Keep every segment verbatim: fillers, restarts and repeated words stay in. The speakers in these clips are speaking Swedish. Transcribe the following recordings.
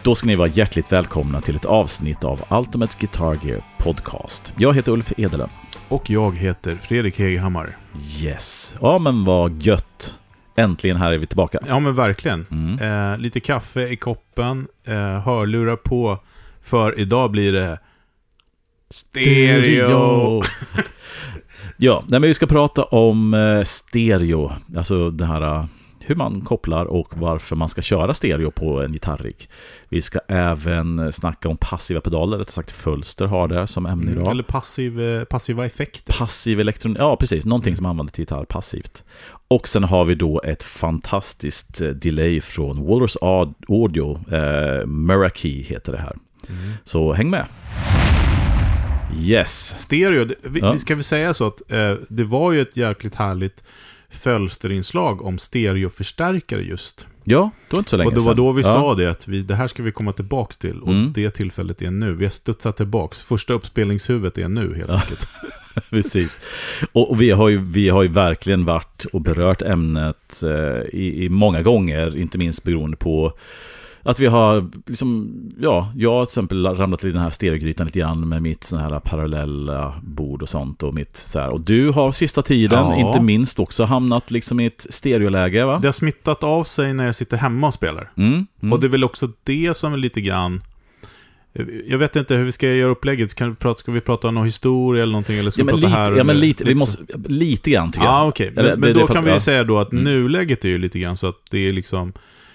Då ska ni vara hjärtligt välkomna till ett avsnitt av Ultimate Guitar Gear Podcast. Jag heter Ulf Edelen. Och jag heter Fredrik Hegehammar. Yes. Ja, men vad gött. Äntligen här är vi tillbaka. Ja, men verkligen. Mm. Eh, lite kaffe i koppen. Eh, hörlurar på. För idag blir det stereo. Ja, nej, men vi ska prata om eh, stereo. Alltså det här... Uh, hur man kopplar och varför man ska köra stereo på en gitarrig. Vi ska även snacka om passiva pedaler, rättare sagt Fölster har det som ämne idag. Eller passiv, passiva effekter. Passiv elektron... Ja, precis. Någonting som använder till gitarr passivt. Och sen har vi då ett fantastiskt delay från Walrus Audio. Eh, Meraki heter det här. Mm. Så häng med. Yes. Stereo, vi, ja. ska vi säga så att eh, det var ju ett jäkligt härligt Fölsterinslag om stereoförstärkare just. Ja, det var inte så länge Och det var sedan. då vi ja. sa det att vi, det här ska vi komma tillbaks till. Och mm. det tillfället är nu. Vi har studsat tillbaks. Första uppspelningshuvudet är nu helt ja. enkelt. Precis. Och, och vi, har ju, vi har ju verkligen varit och berört ämnet eh, i, i många gånger. Inte minst beroende på att vi har liksom, ja, jag har till exempel ramlat i den här stereogrytan lite grann med mitt sån här parallella bord och sånt och mitt så här. Och du har sista tiden, ja. inte minst också hamnat liksom i ett stereoläge, va? Det har smittat av sig när jag sitter hemma och spelar. Mm, mm. Och det är väl också det som är lite grann. Jag vet inte hur vi ska göra upplägget. Kan vi prata, ska vi prata om någon historia eller någonting? Eller ska ja, men vi prata lite, här? ja, men eller, lite, vi måste, lite grann tycker jag. Ja, okej. Okay. Men, eller, men det, då det, kan vi ja. säga då att mm. nuläget är ju lite grann så att det är liksom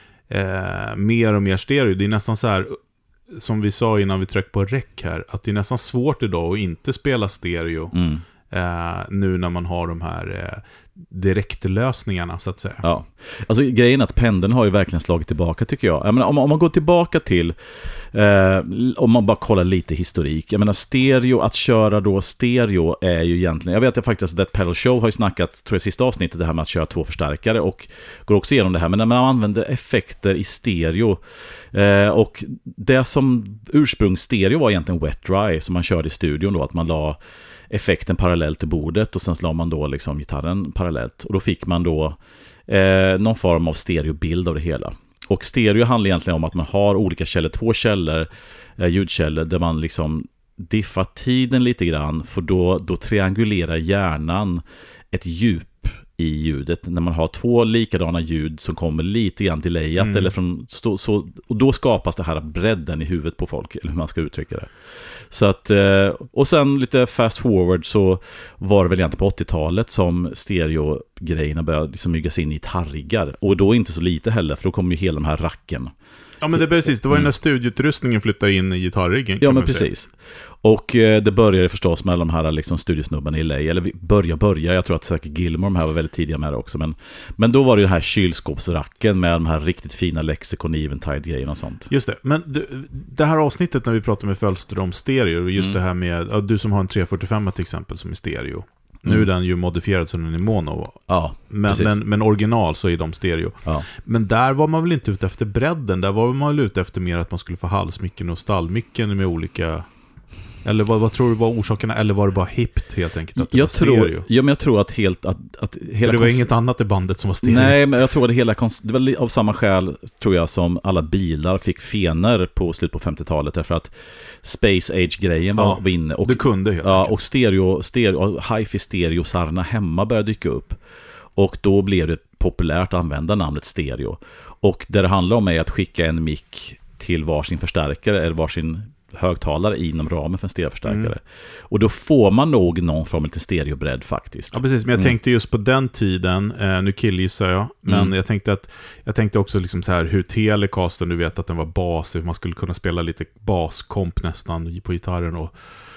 eh, mer och mer stereo. Det är nästan så här, som vi sa innan vi tryckte på rec här, att det är nästan svårt idag att inte spela stereo. Mm. Eh, nu när man har de här eh, direktlösningarna så att säga. Ja, alltså grejen är att pendeln har ju verkligen slagit tillbaka tycker jag. Jag menar, om, om man går tillbaka till eh, om man bara kollar lite historik. Jag menar stereo, att köra då stereo är ju egentligen, jag vet att faktiskt That Pedal Show har ju snackat, tror jag sista avsnittet, det här med att köra två förstärkare och går också igenom det här, men när man använder effekter i stereo eh, och det som ursprungsstereo var egentligen wet dry som man körde i studion då, att man la effekten parallellt till bordet och sen la man då liksom gitarren parallellt och då fick man då eh, någon form av stereobild av det hela. Och stereo handlar egentligen om att man har olika källor, två källor, eh, ljudkällor där man liksom diffar tiden lite grann, för då, då triangulerar hjärnan ett djup i ljudet när man har två likadana ljud som kommer lite grann delayat mm. eller från så, så, och då skapas det här bredden i huvudet på folk, eller hur man ska uttrycka det. Så att, och sen lite fast forward så var det väl egentligen på åttiotalet som stereo-grejerna började liksom myggas in i gitarriggar, och då inte så lite heller, för då kom ju hela de här racken. Ja, men det är precis, det var ju mm. när studioutrustningen flyttade in i gitarriggen. Ja, men precis. Säga. Och eh, det började förstås med de här liksom studiosnubbarna i L A, eller vi börja börja, jag tror att säkert Gilmore de här var väldigt tidiga med det också, men, men då var det ju den här kylskåpsracken med de här riktigt fina Lexicon Eventide-grejerna och sånt. Just det, men du, det här avsnittet när vi pratar med Fölster om stereo, just mm. det här med, ja, du som har en tre fyrtiofem till exempel som är stereo. Nu är mm. den ju modifierad så den är mono. Ja, men, men, men original så är de stereo. Ja. Men där var man väl inte ute efter bredden. Där var man väl ute efter mer att man skulle få halsmicken och stallmicken med olika... Eller vad, vad tror du var orsakerna? Eller var det bara hippt helt enkelt att det jag var stereo? Tror, ja, men jag tror att helt... Att, att hela det var konst... inget annat i bandet som var stereo. Nej, men jag tror att det hela... Konst... Det var av samma skäl, tror jag, som alla bilar fick fener på slut på femtiotalet. Därför att Space Age-grejen var, ja, var inne. Och, det kunde helt ja, enkelt. och stereo, stereo, hi-fi stereo-sarna hemma började dyka upp. Och då blev det populärt att använda namnet stereo. Och det det handlar om är att skicka en mick till varsin förstärkare eller varsin högtalare inom ramen för en stereoförstärkare. Mm. Och då får man nog någon form av lite stereobredd faktiskt. Ja, precis. Men jag mm. tänkte just på den tiden, eh, nu killgissar jag, men mm. jag tänkte att jag tänkte också liksom så här hur Telecasten, du vet att den var bas, man skulle kunna spela lite baskomp nästan på gitarren, och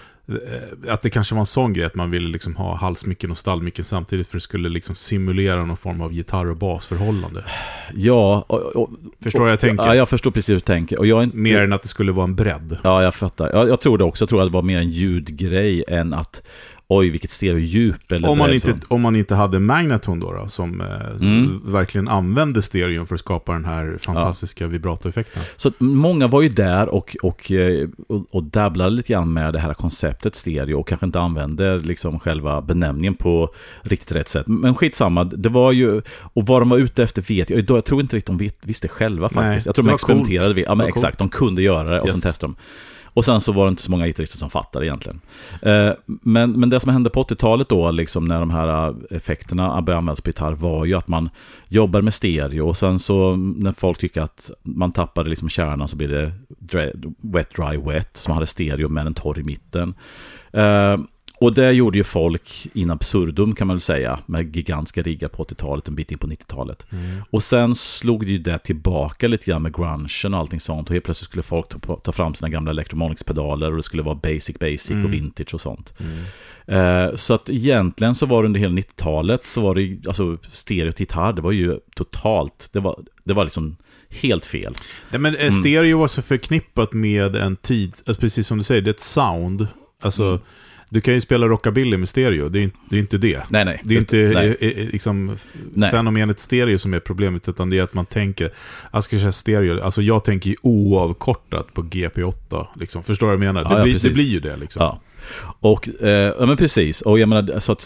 att det kanske var en sån grej att man ville liksom ha halsmicken och stallmicken samtidigt, för det skulle liksom simulera någon form av gitarr- och basförhållande. Ja, och, och, förstår vad jag tänker? Ja, jag förstår precis hur du tänker. Och jag är inte... Mer än att det skulle vara en bredd. Ja, jag fattar. Jag, jag tror det också. Jag tror att det var mer en ljudgrej än att oj vilket stereodjup. Eller om, man inte, om man inte hade Magneton då, då som eh, mm. verkligen använde stereon för att skapa den här fantastiska ja. vibratoeffekten. Så många var ju där och, och, och, och dabblade lite grann med det här konceptet stereo och kanske inte använde liksom själva benämningen på riktigt rätt sätt. Men skitsamma, det var ju, och vad de var ute efter vet jag, jag tror inte riktigt de visste själva faktiskt. Nej, jag tror de experimenterade, vid, ja men exakt, de kunde göra det och yes. sen testade de. Och sen så var det inte så många gitarrister som fattade egentligen. Eh, men, men det som hände på åttiotalet då, liksom när de här effekterna började användas på gitarr, var ju att man jobbar med stereo. Och sen så när folk tycker att man tappade liksom kärnan så blir det dry, wet, dry, wet. Som hade stereo med en torr i mitten. Eh, Och det gjorde ju folk in absurdum kan man väl säga, med gigantiska riggar på åttiotalet, en bit in på nittiotalet. Mm. Och sen slog det ju det tillbaka lite grann med grungen och allting sånt. Och helt plötsligt skulle folk ta, ta fram sina gamla Electromonics-pedaler och det skulle vara basic, basic mm. och vintage och sånt. Mm. Eh, så att egentligen så var det under hela nittiotalet så var det ju, alltså stereo till gitarr, det var ju totalt, det var, det var liksom helt fel. Nej, men mm. stereo var så förknippat med en tid, alltså precis som du säger, det är ett sound, alltså mm. du kan ju spela rockabilly med stereo, det är inte det. Är inte det. Nej, nej. Det är inte nej. liksom nej. fenomenet stereo som är problemet, utan det är att man tänker, jag ska säga stereo, alltså jag tänker ju oavkortat på G P åtta, liksom. Förstår du vad jag menar? Ja, det, blir, ja, det blir ju det, liksom. Ja. Och, eh, ja men precis, och jag menar så att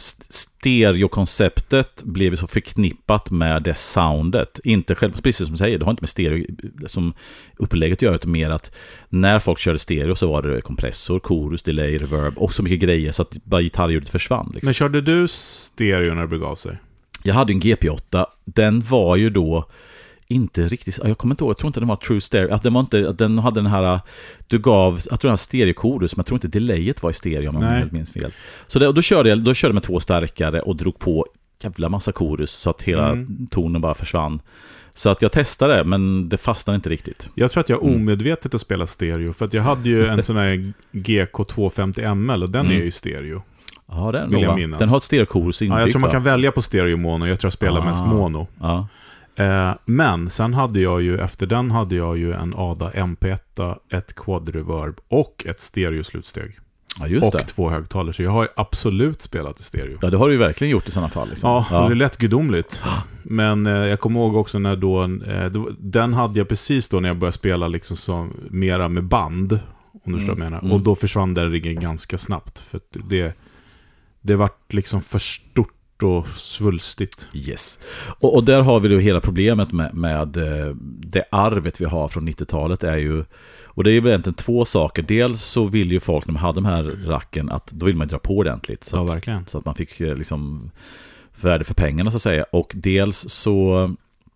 stereokonceptet blev så förknippat med det soundet, inte själv, precis som du säger, det har inte med stereo som upplägget att göra, utan mer att när folk körde stereo så var det kompressor, chorus, delay, reverb och så mycket grejer så att bara gitarrljudet försvann liksom. Men körde du stereo när det begav sig? Jag hade en G P åtta, den var ju då inte riktigt, jag kommer inte ihåg, jag tror inte den var true stereo, att den var inte, att den hade den här, du gav, jag tror den här stereokorus, men jag tror inte delayet var i stereo om man helt minns fel. Så det, och då körde jag, då körde jag med två starkare och drog på jävla massa korus så att hela mm. tonen bara försvann. Så att jag testade, men det fastnade inte riktigt. Jag tror att jag omedvetet att spela stereo, för att jag hade ju en sån här G K tvåhundrafemtio M L och den mm. är ju stereo. Ja, den, vill jag minnas. Den har ett stereokorus inbyggt. Ja, jag tror man kan välja på stereo mono, jag tror jag spelar ah. mest mono. Ja. Eh, men sen hade jag ju, efter den hade jag ju en A D A M P ett, ett quad-reverb och ett stereo-slutsteg. Ja, just och det. två högtalare, så jag har ju absolut spelat i stereo. Ja, det har du ju verkligen gjort i sådana fall. Liksom. Ja, ja, det är lätt gudomligt. Men eh, jag kommer ihåg också när då, eh, då, den hade jag precis då när jag började spela liksom som, mera med band, om du förstår vad jag menar. Och då försvann den riggen ganska snabbt, för det, det var liksom för stort och svulstigt. Yes. Och, och där har vi då hela problemet med, med det arvet vi har från nittiotalet är ju, och det är ju egentligen två saker. Dels så vill ju folk när man hade de här racken att då vill man dra på ordentligt. Så, ja, att, verkligen. Så att man fick liksom värde för pengarna så att säga. Och dels så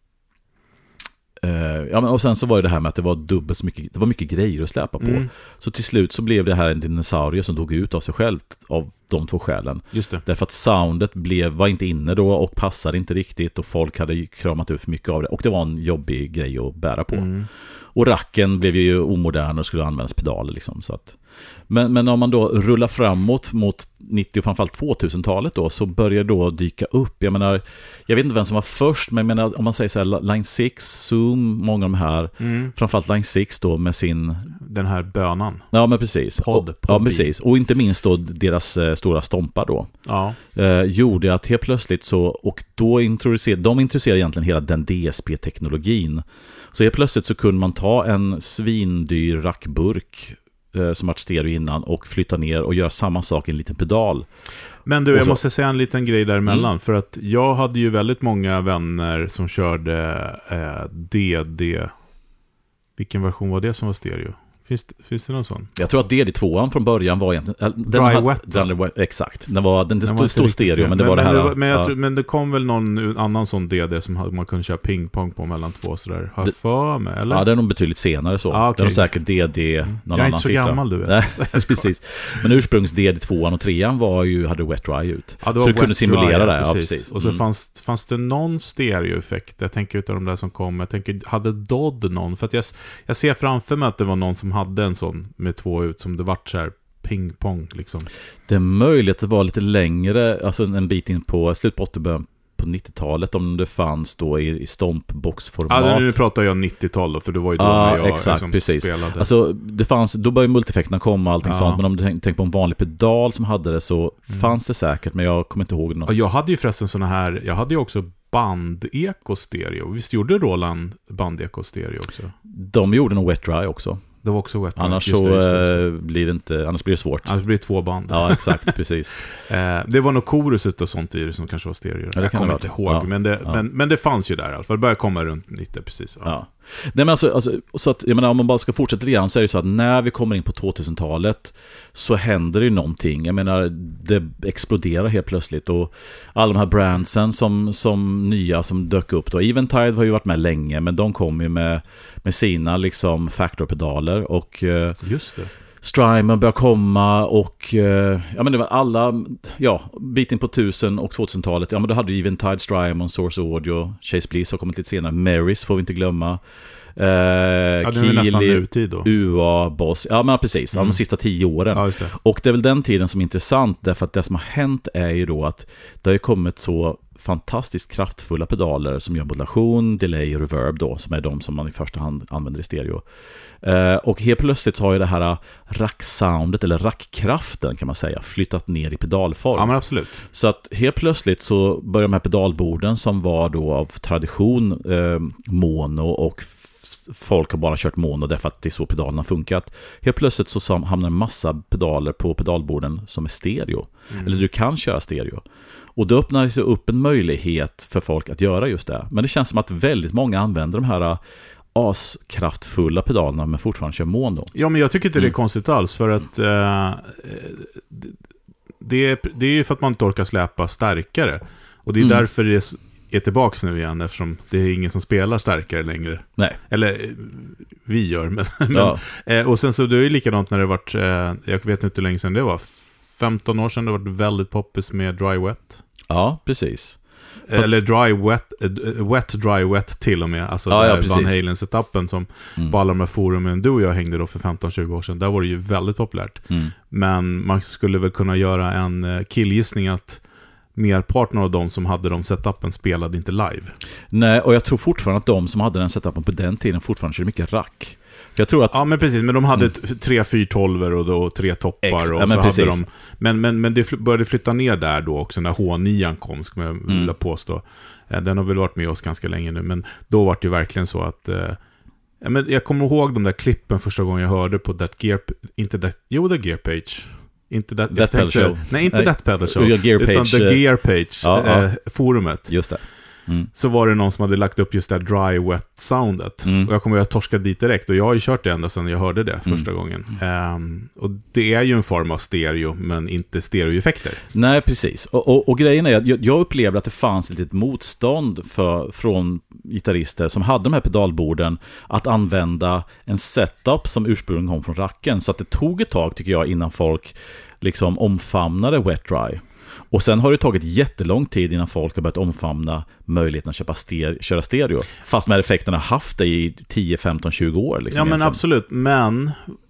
ja, men och sen så var det här med att det var dubbelt så mycket, det var mycket grejer att släpa på. Mm. Så till slut så blev det här en dinosaurie som dog ut av sig själv av de två skälen. Just det. Därför att soundet blev, var inte inne då och passade inte riktigt och folk hade kramat ut för mycket av det och det var en jobbig grej att bära på. Mm. Och racken blev ju omodern och skulle användas pedaler liksom, så att Men, men om man då rullar framåt mot nittio och framförallt tvåtusentalet då, så börjar då dyka upp. Jag menar, jag vet inte vem som var först, men jag menar, om man säger så här, Line sex, Zoom, många av de här, mm. framförallt Line sex då med sin... Den här bönan. Ja, men precis. Podd, och, ja, precis. Och inte minst då deras eh, stora stompar då. Ja. Eh, gjorde att helt plötsligt så, och då introducerade, de introducerade egentligen hela den D S P-teknologin. Så helt plötsligt så kunde man ta en svindyr rackburk som varit stereo innan och flytta ner och göra samma sak i en liten pedal. Men du, jag måste säga en liten grej däremellan, mm. för att jag hade ju väldigt många vänner som körde eh, D D. Vilken version var det som var stereo? Finns, finns det någon sån? Jag tror att D D två från början var egentligen... Den Dry hade, Wet. Den, exakt. Den var, den, den stod, stod stereo, men det men, var det här... Men det, men, jag ja. tror, men det kom väl någon annan sån D D som man kunde köra pingpong på mellan två sådär. Har jag för mig, eller? Ja, det är nog betydligt senare så. Ah, okay. Det är säkert D D, någon jag är annan inte så siffra. gammal, du vet. Nej, precis. Men ursprungs D D två och tre var ju, hade Wet Dry ut. Ja, så du kunde simulera det. Precis. Ja, precis. Och så mm. fanns, fanns det någon stereoeffekt. Jag tänker utav de där som kom. Jag tänker, hade Dodd någon? För att jag, jag ser framför mig att det var någon som hade en sån med två ut som det vart så här pingpong liksom. Det är möjligt att det var lite längre, alltså en bit in på slut på åttio, på på nittiotalet om det fanns då i, i stompboxformat. Ja, nu pratar jag nittiotal då, för det var ju då ja, när jag exakt, liksom precis. spelade. Alltså, det fanns, då började multieffekterna komma och allting ja. sånt, men om du tänker tänk på en vanlig pedal som hade det så mm. fanns det säkert, men jag kommer inte ihåg något. Och jag hade ju förresten såna här, jag hade ju också band-eko-stereo. Visst gjorde Roland band-eko-stereo också? De gjorde nog Wet Dry också. Det var också wet. Annars just så det, just det, just det. blir det inte, annars blir det svårt. Annars blir det två band. Ja, exakt, precis. eh, det var nog koruset och sånt i det som kanske var stereo. Ja, jag kommer inte ihåg, ja. men, det, ja. men, men det fanns ju där i alla fall. Det började komma runt nittio, precis. Ja. Ja. Nej, men alltså, alltså, så att, jag menar, om man bara ska fortsätta lite grann så är det så att när vi kommer in på tvåtusentalet så händer det ju någonting. Jag menar, det exploderar helt plötsligt och alla de här brandsen som, som nya som dök upp då. Eventide har ju varit med länge, men de kom ju med, med sina liksom factor-pedaler och just det. Strymon börjar komma och ja, men det var alla, ja, biten på tusen och tvåtusentalet, ja men då hade ju Eventide, Strymon, Source Audio, Chase Bliss har kommit lite senare, Marys får vi inte glömma. Eh, ja, det är nästan nutid då. U A, Boss, ja men precis, mm. de sista tio åren. Ja, just det. Och det är väl den tiden som är intressant, därför att det som har hänt är ju då att det har ju kommit så fantastiskt kraftfulla pedaler som gör modulation, delay och reverb då, som är de som man i första hand använder i stereo. Uh, och helt plötsligt har ju det här rack-soundet, eller rackkraften kan man säga, flyttat ner i pedalform. Ja, men absolut. Så att helt plötsligt så börjar de här pedalborden som var då av tradition uh, mono och f- folk har bara kört mono därför att det är så pedalerna funkat. Helt plötsligt så hamnar en massa pedaler på pedalborden som är stereo. Mm. Eller du kan köra stereo. Och då öppnar det sig upp en möjlighet för folk att göra just det. Men det känns som att väldigt många använder de här askraftfulla pedalerna men fortfarande kör mono. Ja, men jag tycker inte det är konstigt alls, för att eh, det, är, det är ju för att man inte orkar släpa starkare. Och det är mm. därför det är tillbaks nu igen, eftersom det är ingen som spelar starkare längre. Nej. Eller vi gör, men, ja. men eh, och sen så det är ju likadant när det varit, eh, jag vet inte hur länge sedan det var, femton år sedan det varit väldigt poppis med dry wet. Ja, precis. Eller dry wet, uh, wet dry wet till och med. Alltså ja, ja, Van Halen-setupen som mm. på alla de här forumen du och jag hängde då för femton tjugo år sedan. Där var det ju väldigt populärt. Mm. Men man skulle väl kunna göra en killgissning att merparten av de som hade de setupen spelade inte live. Nej, och jag tror fortfarande att de som hade den setupen på den tiden fortfarande körde mycket rack. Jag tror att, ja, men precis, men de hade mm. tre fyrtolver och då tre toppar. Ex, och ja, men, så hade de, men, men, men det började flytta ner där då också när H nio kom, ska jag vilja mm. påstå. Den har väl varit med oss ganska länge nu, men då var det ju verkligen så att eh, ja, men jag kommer ihåg de där klippen första gången jag hörde på That Gear, inte that, jo, The Gear Page. Inte that, that Pedal Show. Nej, inte nej. That Pedal Show. Gear Page, utan The Gear Page, ja, eh, ja. forumet. Just det. Mm. Så var det någon som hade lagt upp just det dry wet soundet. Mm. Och jag kommer att torska dit direkt. Och jag har ju kört det ända sedan jag hörde det första mm. gången. Um, och det är ju en form av stereo, men inte stereoeffekter. Nej, precis. Och, och, och grejen är att jag, jag upplevde att det fanns ett litet motstånd för, från gitarrister som hade de här pedalborden att använda en setup som ursprungligen kom från racken. Så att det tog ett tag, tycker jag, innan folk liksom omfamnade wet dry. Och sen har det tagit jättelång tid innan folk har börjat omfamna möjligheten att köpa ster- köra stereo. Fast med effekterna haft det i tio, femton, tjugo år. Liksom, ja, men egentligen. absolut. Men,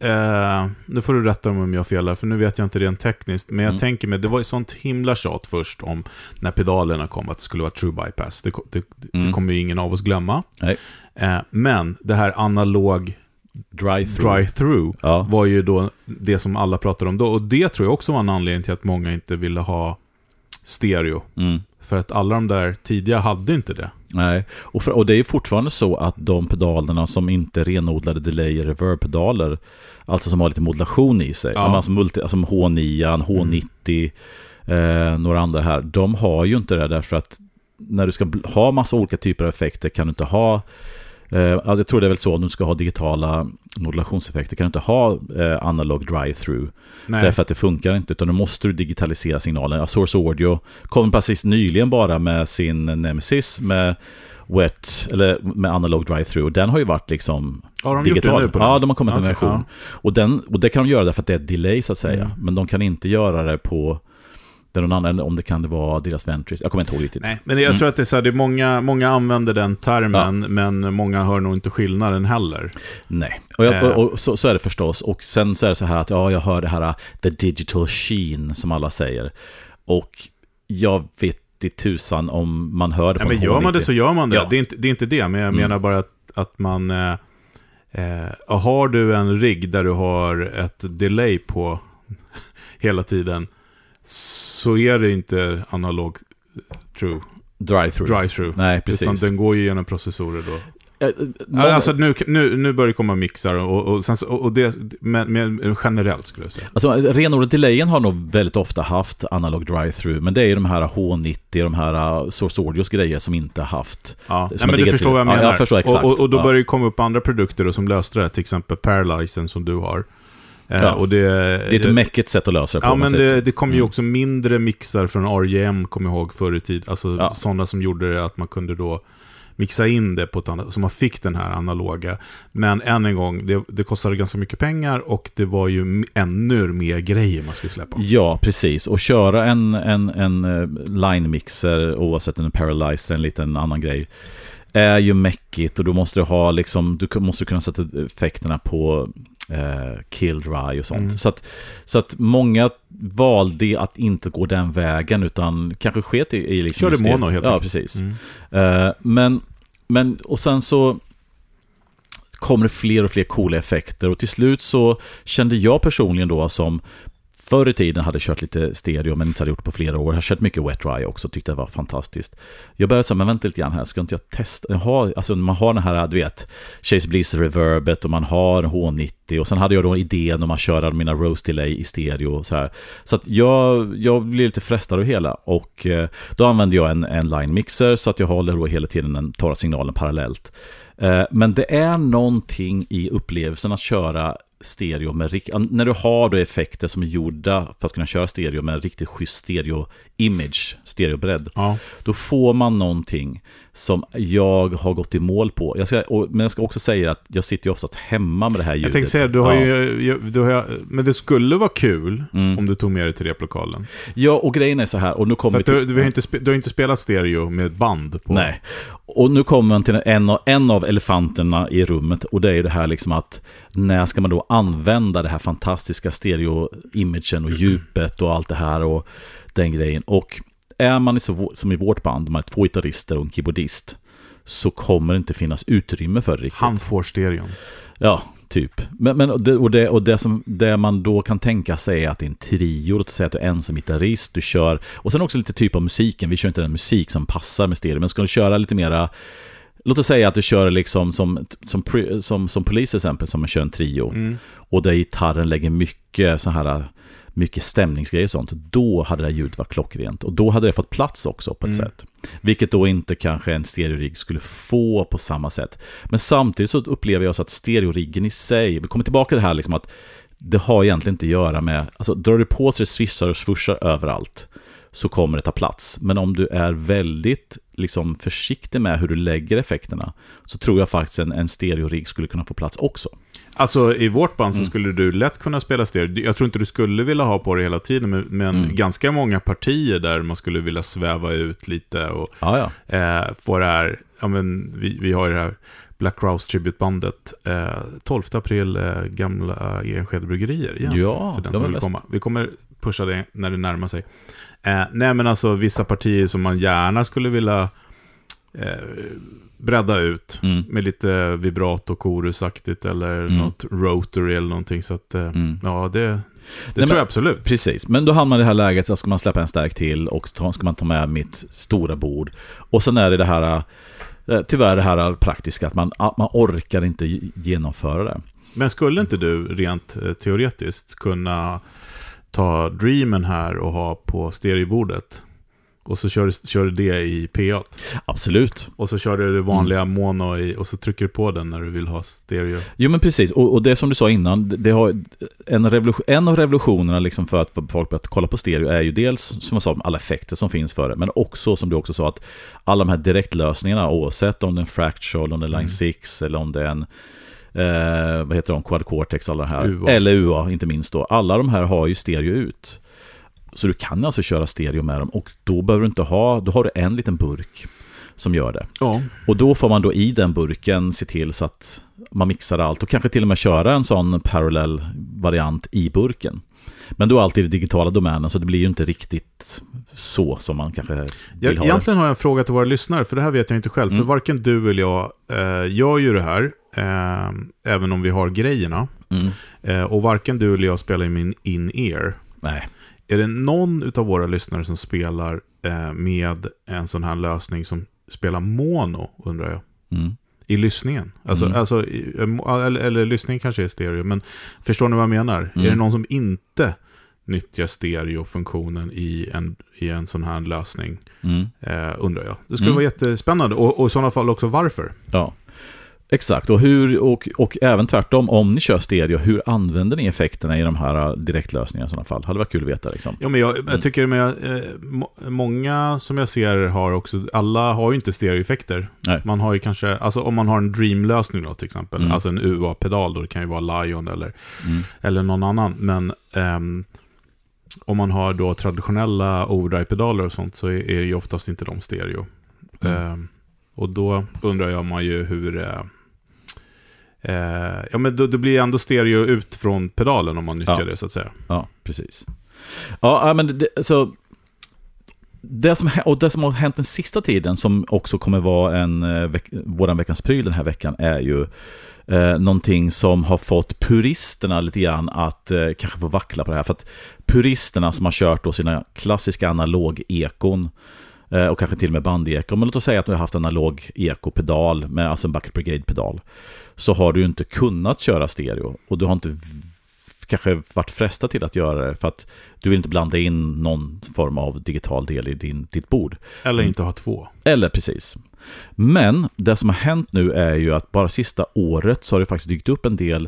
eh, nu får du rätta mig om jag felar, för nu vet jag inte rent tekniskt. Men jag mm. tänker mig, det var ju sånt himla tjat först om när pedalerna kom att det skulle vara true bypass. Det, det, det mm. kommer ju ingen av oss glömma. Nej. Eh, men det här analog Dry-through, Dry-through ja. var ju då det som alla pratade om då. Och det tror jag också var en anledning till att många inte ville ha stereo. Mm. För att alla de där tidiga hade inte det. Nej, och, för, och det är ju fortfarande så att de pedalerna som inte renodlade delay reverb-pedaler, alltså som har lite modulation i sig, ja. alltså, multi, alltså H nio, H nittio, mm. eh, några andra här, de har ju inte det därför att när du ska ha massa olika typer av effekter kan du inte ha Uh, jag tror det är väl så att du ska ha digitala modulationseffekter kan du inte ha uh, analog drive-through. Nej. Därför att det funkar inte, utan då måste du digitalisera signalen. Ja, Source Audio kom precis nyligen bara med sin Nemesis med wet eller med analog drive-through. Den har ju varit liksom ja, de digital. Gjort det ja, de har kommit okay, en version. Ja. Och, den, och det kan de göra därför att det är ett delay så att säga. Mm. Men de kan inte göra det på det någon annan, om det kan det vara deras ventures. Jag kommer inte ihåg riktigt. Nej, men jag mm. tror att det är så här, det är många, många använder den termen, ja. Men många hör nog inte skillnaden heller. Nej, och, jag, och, och så, så är det förstås. Och sen så är det så här att ja, jag hör det här the digital sheen som alla säger. Och jag vet i tusan om man hör det på ja, en men gör man det så gör man det. Ja. Det, är inte, det är inte det, men jag mm. menar bara att, att man... Eh, eh, har du en rigg där du har ett delay på hela tiden, så är det inte analog true. Drive-through. Drive-through. Nej, precis. Utan den går ju genom processorer då. Äh, många... Alltså nu, nu, nu börjar det komma mixar och, och, sen, och det med, med, generellt skulle jag säga. Alltså renodlat delayen har nog väldigt ofta haft analog drive-through, men det är ju de här H nittio, de här Source Audios grejer som inte haft. Ja, nej, men du förstår vad jag menar. Ja, jag förstår exakt. Och, och, och då ja. börjar det komma upp andra produkter då, som löste det, till exempel Paralyzen som du har. Ja. Eh, och det, det är ett mäckigt sätt att lösa det på. Ja, men det, det kom ju också mindre mixar från R J M, kommer jag ihåg, förr i tid. Alltså ja. sådana som gjorde det att man kunde då mixa in det på ett annat, så man fick den här analoga. Men än en gång, det, det kostade ganska mycket pengar och det var ju ännu mer grejer man skulle släppa. Ja, precis. Och köra en, en, en line-mixer, oavsett en paralyzer, en liten annan grej, är ju mäckigt, och då måste du ha liksom, du måste kunna sätta effekterna på eh, kill dry och sånt. Mm. Så, att, så att många valde att inte gå den vägen, utan kanske sket i, i liksom körde mono helt Ja, precis. Mm. Eh, men, men, och sen så kommer det fler och fler coola effekter, och till slut så kände jag personligen då, som förr i tiden hade kört lite stereo men inte hade gjort det på flera år. Jag har kört mycket wet dry också, tyckte det var fantastiskt. Jag började säga, men vänta lite grann här, ska inte jag testa? Jag har, alltså man har den här, du vet, Chase Bliss reverbet, och man har H nittio, och sen hade jag då idén om att köra mina Rose Delay i stereo och så här. Så att jag, jag blev lite frestad av hela, och eh, då använde jag en, en line mixer, så att jag håller då hela tiden den torra signalen parallellt. Eh, men det är någonting i upplevelsen att köra stereo med när du har då effekter som är gjorda för att kunna köra stereo med en riktigt schysst stereo image, stereobredd. Ja. Då får man någonting som jag har gått i mål på. Jag ska, och, men jag ska också säga att jag sitter ju oftast hemma med det här ljudet. Jag tänkte säga, du har ja. ju, du har, men det skulle vara kul mm. om du tog med dig till replokalen. Ja, och grejen är så här, och nu kommer för till, du, du, har inte, du har inte spelat stereo med band på. Nej. Och nu kommer man till en av, en av elefanterna i rummet, och det är ju det här liksom att när ska man då använda det här fantastiska stereo-imagen och djupet och allt det här och den grejen. Och är man så, som i vårt band, man är två gitarrister och en keyboardist, så kommer det inte finnas utrymme för det riktigt. Han får stereon. Ja, typ. Men, men, och det, och det, och det, som, det man då kan tänka sig är att det är en trio, låt oss säga att du är en som gitarrist, du kör, och sen också lite typ av musiken, vi kör inte den musik som passar med stereo, men ska du köra lite mera, låt oss säga att du kör liksom som, som, som, som Police till exempel, som man kör en trio, mm. och där gitarren lägger mycket så här, mycket stämningsgrejer och sånt, då hade det här ljudet varit klockrent, och då hade det fått plats också på ett mm. sätt, vilket då inte kanske en stereorigg skulle få på samma sätt. Men samtidigt så upplever jag så att stereoriggen i sig, vi kommer tillbaka till det här liksom att det har egentligen inte att göra med, alltså drar du på sig swishar och swooshar överallt, så kommer det ta plats. Men om du är väldigt liksom försiktig med hur du lägger effekterna, så tror jag faktiskt en, en stereorigg skulle kunna få plats också. Alltså i vårt band så mm. skulle du lätt kunna spela stereo. Jag tror inte du skulle vilja ha på det hela tiden, men, men mm. ganska många partier där man skulle vilja sväva ut lite och ah, ja. eh, få det här, ja, men vi, vi har ju det här Black Crowes tributbandet eh, tolfte april, eh, gamla Enskede bryggerier igen, ja, för den som vill komma. Vi kommer pusha det när det närmar sig. Eh, nej men alltså vissa partier som man gärna skulle vilja eh, bredda ut mm. med lite vibrato, chorusaktigt eller mm. något rotary eller någonting, så att eh, mm. ja det, det Nej, tror men, jag absolut. Precis, men då hamnar man i det här läget, så ska man släppa en stärk till och så ska man ta med mitt stora bord, och sen är det det här tyvärr det här praktiska att man, man orkar inte genomföra det. Men skulle inte du rent teoretiskt kunna ta Dreamen här och ha på stereobordet, och så kör, kör du det i P A? Absolut. Och så kör du det vanliga mm. mono i, och så trycker du på den när du vill ha stereo. Jo men precis, och, och det som du sa innan, det har en, revolution, en av revolutionerna liksom för att folk börjar kolla på stereo är ju dels, som jag sa, alla effekter som finns för det, men också som du också sa, att alla de här direktlösningarna, oavsett om det är en Fractal, om det är Line mm. sex eller om det är en eh, vad heter de, Quad Cortex, alla de här, U A. Eller U A inte minst då, alla de här har ju stereo ut. Så du kan alltså köra stereo med dem, och då behöver du inte ha, då har du en liten burk som gör det. Ja. Och då får man då i den burken se till så att man mixar allt, och kanske till och med köra en sån parallell variant i burken. Men då är alltid det digitala domänen, så det blir ju inte riktigt så som man kanske vill jag, ha Egentligen det. har jag en fråga till våra lyssnare, för det här vet jag inte själv. Mm. För varken du eller jag eh, gör ju det här, eh, även om vi har grejerna. Mm. Eh, och varken du eller jag spelar i min in-ear. Nej. Är det någon av våra lyssnare som spelar eh, med en sån här lösning som spelar mono, undrar jag? Mm. I lyssningen. Alltså, mm. alltså, eller, eller lyssning kanske är stereo, men förstår ni vad jag menar? Mm. Är det någon som inte nyttjar stereofunktionen i en, i en sån här lösning? Mm. Eh, undrar jag. Det skulle mm. vara jättespännande. Och, och i sådana fall också varför? Ja. Exakt, och, hur, och, och även tvärtom, om ni kör stereo, hur använder ni effekterna i de här direktlösningarna i sådana fall? Hade varit kul att veta. Liksom. Ja, men jag, jag tycker med, eh, många som jag ser har också, alla har ju inte stereoeffekter. Nej. Man har ju kanske, alltså om man har en Dream-lösning då till exempel, mm. alltså en U A-pedal då, det kan ju vara Lion eller, mm. eller någon annan, men ehm, om man har då traditionella overdrive-pedaler och sånt, så är, är det ju oftast inte de stereo. Mm. Ehm, och då undrar jag man ju hur eh, Eh, ja, men då, då blir ändå stereo ut från pedalen om man nyttjar ja. det, så att säga. Ja, precis. Ja, men det, så det som, och det som har hänt den sista tiden, som också kommer vara en veck, våran veckans pryl den här veckan, är ju eh, någonting som har fått puristerna lite grann att eh, kanske få vackla på det här. För att puristerna som har kört då sina klassiska analog-ekon eh, och kanske till och med bandekon, men låt oss säga att du har haft analog ekopedal med alltså en Bucket Brigade-pedal, så har du inte kunnat köra stereo, och du har inte v- kanske varit frestad till att göra det för att du vill inte blanda in någon form av digital del i din, ditt bord. Eller inte ha två. Eller precis. Men det som har hänt nu är ju att bara sista året så har det faktiskt dykt upp en del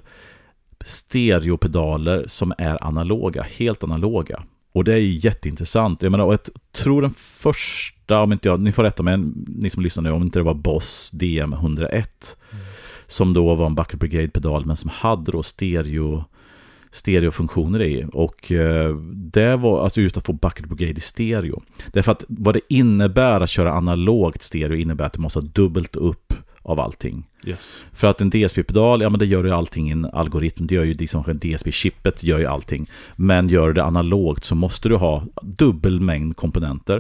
stereopedaler som är analoga, helt analoga. Och det är jätteintressant. Jag menar, och jag tror den första, om inte jag, ni får rätta mig, ni som lyssnar nu, om inte det var Boss D M ett noll ett, mm. som då var en Bucket Brigade-pedal, men som hade då stereo stereofunktioner i, och eh, det var alltså just att få Bucket Brigade i stereo. Därför att vad det innebär att köra analogt stereo innebär att du måste ha dubbelt upp av allting. Yes. För att en D S P-pedal, ja men det gör ju allting i en algoritm, det gör ju liksom D S P-chippet gör ju allting. Men gör det analogt så måste du ha dubbel mängd komponenter.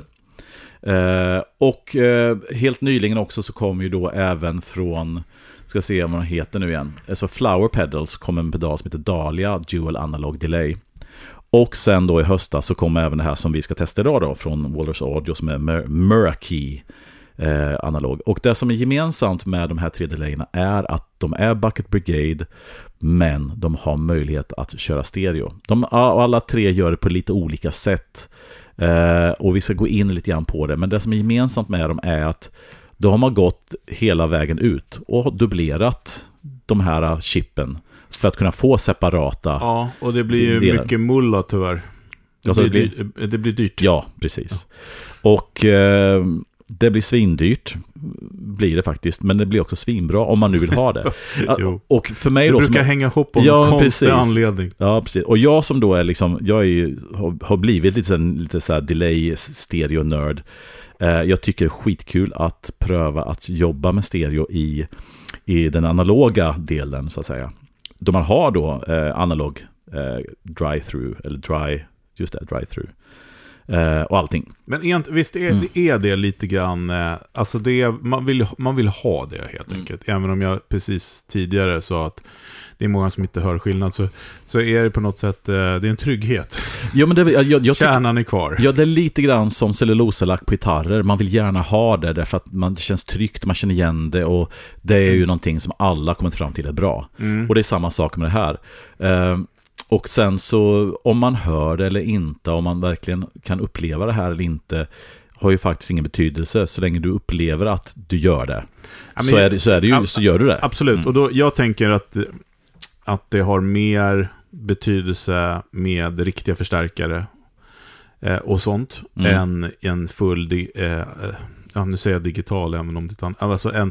Eh, och eh, helt nyligen också så kom ju då även från, ska se vad den heter nu igen, så Flower Pedals kom en pedal som heter Dahlia Dual Analog Delay. Och sen då i höstas så kom även det här som vi ska testa idag då, från Walrus Audio, som är Mer- Meraki eh, analog. Och det som är gemensamt med de här tre delayerna är att de är Bucket Brigade, men de har möjlighet att köra stereo. De, alla tre gör det på lite olika sätt. Eh, och vi ska gå in lite grann på det. Men det som är gemensamt med dem är att då har man gått hela vägen ut och dubblerat de här chippen för att kunna få separata. Ja, och det blir ju delar. Mycket mulla tyvärr. Det, alltså, blir, det, blir, det blir dyrt. Ja, precis. Ja. Och eh, det blir svindyrt, blir det faktiskt, men det blir också svinbra om man nu vill ha det. Och för mig det då, brukar som, hänga ihop om ja, en konstig anledning. Ja, precis. Och jag som då är liksom, jag är ju, har, har blivit lite så, lite så här delay stereo nörd. Eh, jag tycker det är skitkul att pröva att jobba med stereo i i den analoga delen, så att säga. Då man har då eh, analog eh, drive-through eller dry, just det, drive-through. Eh, och allting. Men egent, visst är, mm. är det lite grann, eh, alltså det är, man, vill, man vill ha det helt mm. enkelt. Även om jag precis tidigare sa att det är många som inte hör skillnad, så, så är det på något sätt, eh, det är en trygghet. Ja, men det, jag, jag, jag kärnan är kvar. Ja, det är lite grann som cellulosalack på gitarrer. Man vill gärna ha det därför att man, det känns tryggt, man känner igen det, och det är ju mm. någonting som alla kommit fram till är bra. Mm. Och det är samma sak med det här. Eh, Och sen så, om man hör det eller inte, om man verkligen kan uppleva det här eller inte, har ju faktiskt ingen betydelse så länge du upplever att du gör det. Ja, så, är det så är det ju, ab- så gör du det. Absolut, mm. och då, jag tänker att, att det har mer betydelse med riktiga förstärkare eh, och sånt mm. än en full, di- eh, ja, nu säger jag digital, även om det är alltså en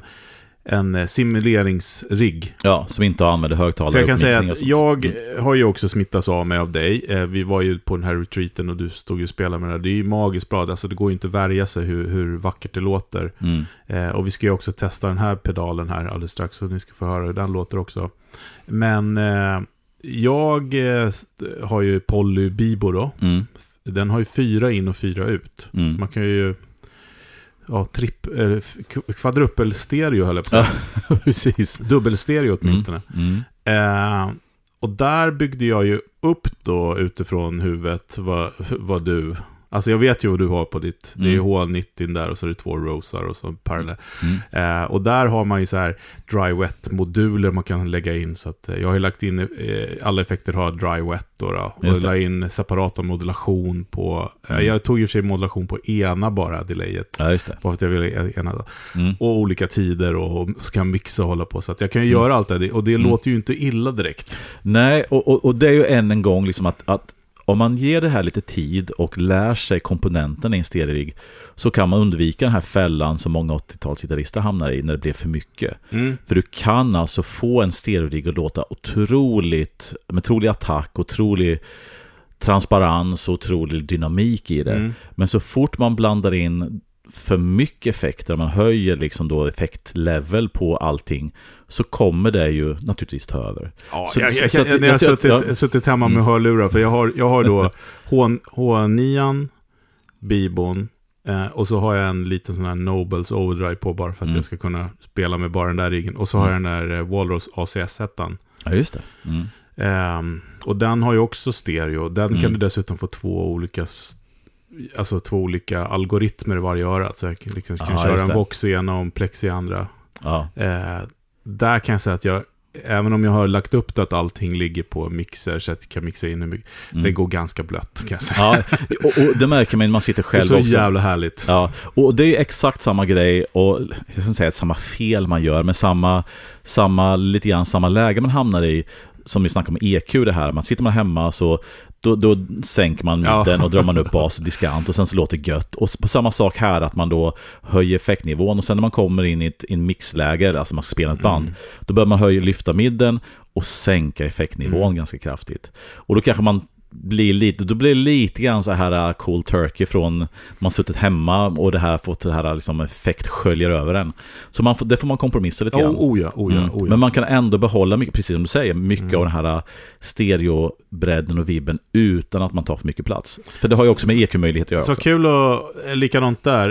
en simuleringsrigg. Ja, som inte använder högtalare. För jag kan säga att jag har ju också smittats av mig av dig. Vi var ju på den här retreaten och du stod ju och spelade med det här. Det är ju magiskt bra. Alltså det går ju inte att värja sig hur, hur vackert det låter. Mm. Eh, och vi ska ju också testa den här pedalen här alldeles strax, så ni ska få höra hur den låter också. Men eh, jag eh, har ju Poly Bibo då. Mm. Den har ju fyra in och fyra ut. Mm. Man kan ju ja, tripp, eller kvadruppelstereo höll jag på att säga. Ja, precis. Dubbelstereo åtminstone. Mm. Mm. Eh, och där byggde jag ju upp då utifrån huvudet vad, vad du... Alltså jag vet ju vad du har på ditt. Det är Mm. H nittio där och så är det två rosar och så parallell. Mm. Eh, och där har man ju så här dry wet moduler man kan lägga in, så att eh, jag har ju lagt in eh, alla effekter har dry wet då, då och la in separat modulation på eh, Mm. jag tog ju för sig modulation på ena bara delayet. Ja, just det. Bara för att jag ville ena då. Mm. Och olika tider och så kan mixa och hålla på, så att jag kan ju mm. göra allt det och det mm. låter ju inte illa direkt. Nej, och, och, och det är ju än en gång liksom att, att om man ger det här lite tid och lär sig komponenterna i en stereorigg, så kan man undvika den här fällan som många åttiotalsgitarrister hamnar i när det blir för mycket. Mm. För du kan alltså få en stereorigg att låta otroligt, med otrolig attack, otrolig transparens och otrolig dynamik i det. Mm. Men så fort man blandar in för mycket effekter, man höjer liksom då effektlevel på allting, så kommer det ju naturligtvis ta över. Ja, så, jag, jag, så, jag, jag, jag har suttit, ja. suttit hemma med hörlurar, för jag har, jag har då H nio, Bibon, eh, och så har jag en liten sån här Nobles Overdrive på bara för att mm. jag ska kunna spela med bara den där riggen. Och så har jag den där eh, Walrus A C S-ettan. Ja, just det. Mm. Eh, och den har ju också stereo. Den mm. kan du dessutom få två olika alltså två olika algoritmer i varje öra. Så jag liksom kan ah, köra en Vox i ena och en Plex i andra. Ah. Eh, där kan jag säga att jag, även om jag har lagt upp det att allting ligger på mixer så att jag kan mixa in hur mycket, mm. det går ganska blött, kan jag säga. Ja, och, och det märker man när man sitter själv också. Det är så också. Jävla härligt. Ja, och det är exakt samma grej, och jag ska säga att samma fel man gör, men samma, samma lite grann samma läge man hamnar i, som vi snackar om E Q det här. Man sitter man hemma så Då, då sänker man mitten ja. och drar man upp bas och diskant och sen så låter det gött. Och på samma sak här, att man då höjer effektnivån och sen när man kommer in i ett in mixläge, alltså man spelar ett band, mm. då bör man höja, lyfta midden och sänka effektnivån mm. ganska kraftigt. Och då kanske man blir lite, då blir det lite grann så här cold turkey från man suttit hemma och det här fått det här liksom effekt sköljer över en. Så man får, det får man kompromissa lite grann. Oh, oh ja, oh ja, oh ja. Men man kan ändå behålla mycket, precis som du säger, mycket mm. av den här stereobredden och vibben utan att man tar för mycket plats. För det har ju också med E Q-möjlighet att göra. Så också. Kul och likadant där.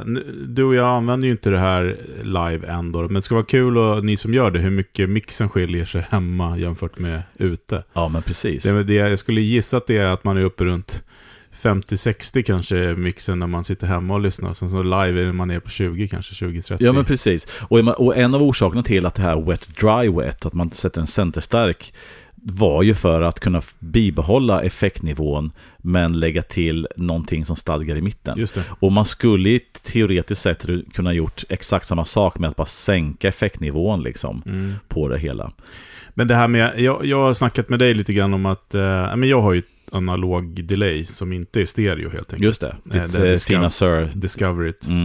Du och jag använder ju inte det här live ändå, men det ska vara kul, och ni som gör det, hur mycket mixen skiljer sig hemma jämfört med ute. Ja, men precis. Det, det, jag skulle gissa att det är att man är uppe runt femtio sextio kanske mixen när man sitter hemma och lyssnar. Sen så live är man ner på tjugo, kanske tjugo trettio. Ja, men precis. Och, och en av orsakerna till att det här wet dry wet, att man sätter en centerstark, var ju för att kunna bibehålla effektnivån men lägga till någonting som stadgar i mitten. Just det. Och man skulle teoretiskt sett kunna gjort exakt samma sak med att bara sänka effektnivån liksom mm. på det hela. Men det här med, jag, jag har snackat med dig lite grann om att eh, men jag har ju analog delay som inte är stereo helt enkelt. Just det, ditt eh, det fina Sir Discovery. Mm.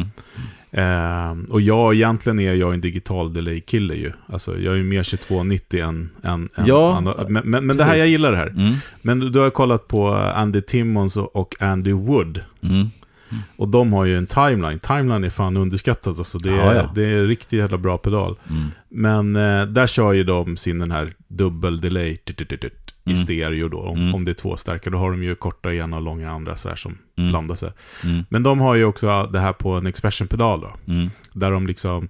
Eh, och jag egentligen är jag en digital delay-kille ju. Alltså jag är ju mer tjugotvå nittio än, än, ja, än men, men, men det här, jag gillar det här. Mm. Men du har kollat på Andy Timmons och Andy Wood. Mm. Mm. Och de har ju en timeline. Timeline är fan underskattat. Alltså det, är, ja, ja. det är en riktigt jävla bra pedal. Mm. Men eh, där kör ju de sin den här dubbel delay i mm. stereo då. Om, mm. om det är två starka. Då har de ju korta ena och långa andra så här som mm. blandar sig. Mm. Men de har ju också det här på en expression-pedal då. Mm. Där de liksom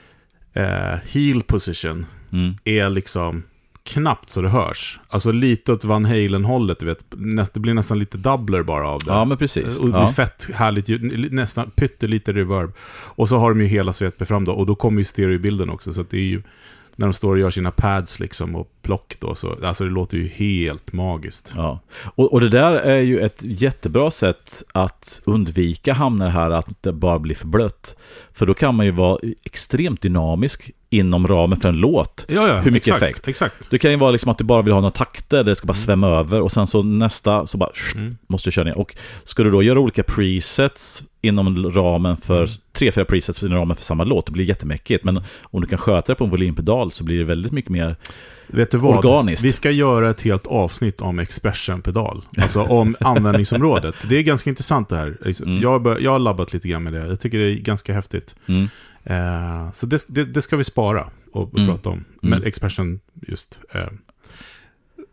eh, heel position mm. är liksom knappt så det hörs. Alltså lite åt Van Halen-hållet, du vet. Det blir nästan lite doubler bara av det. Ja, men precis. Och det blir ja. fett härligt, nästan pyttelite reverb. Och så har de ju hela svetet fram då. Och då kommer ju stereobilden också. Så att det är ju, när de står och gör sina pads liksom och plock då, så alltså det låter ju helt magiskt. Ja. Och, och det där är ju ett jättebra sätt att undvika hamna här att det bara blir för blött. För då kan man ju vara extremt dynamisk inom ramen för en låt. Ja, ja, hur mycket exakt, effekt. Exakt. Det kan ju vara liksom att du bara vill ha några takter där det ska bara svämma mm. över, och sen så nästa så bara mm. måste du köra ner. Och ska du då göra olika presets inom ramen för mm. tre, fyra presets inom ramen för samma låt, det blir jättemäckigt. Men om du kan sköta det på en volympedal så blir det väldigt mycket mer Vet du vad? organiskt. Vi ska göra ett helt avsnitt om expression-pedal. Alltså om användningsområdet. Det är ganska intressant det här. Mm. Jag, bör, jag har labbat lite grann med det. Jag tycker det är ganska häftigt. Mm. Uh, så det, det, det ska vi spara och, och mm. prata om. Men mm. expression just... Uh,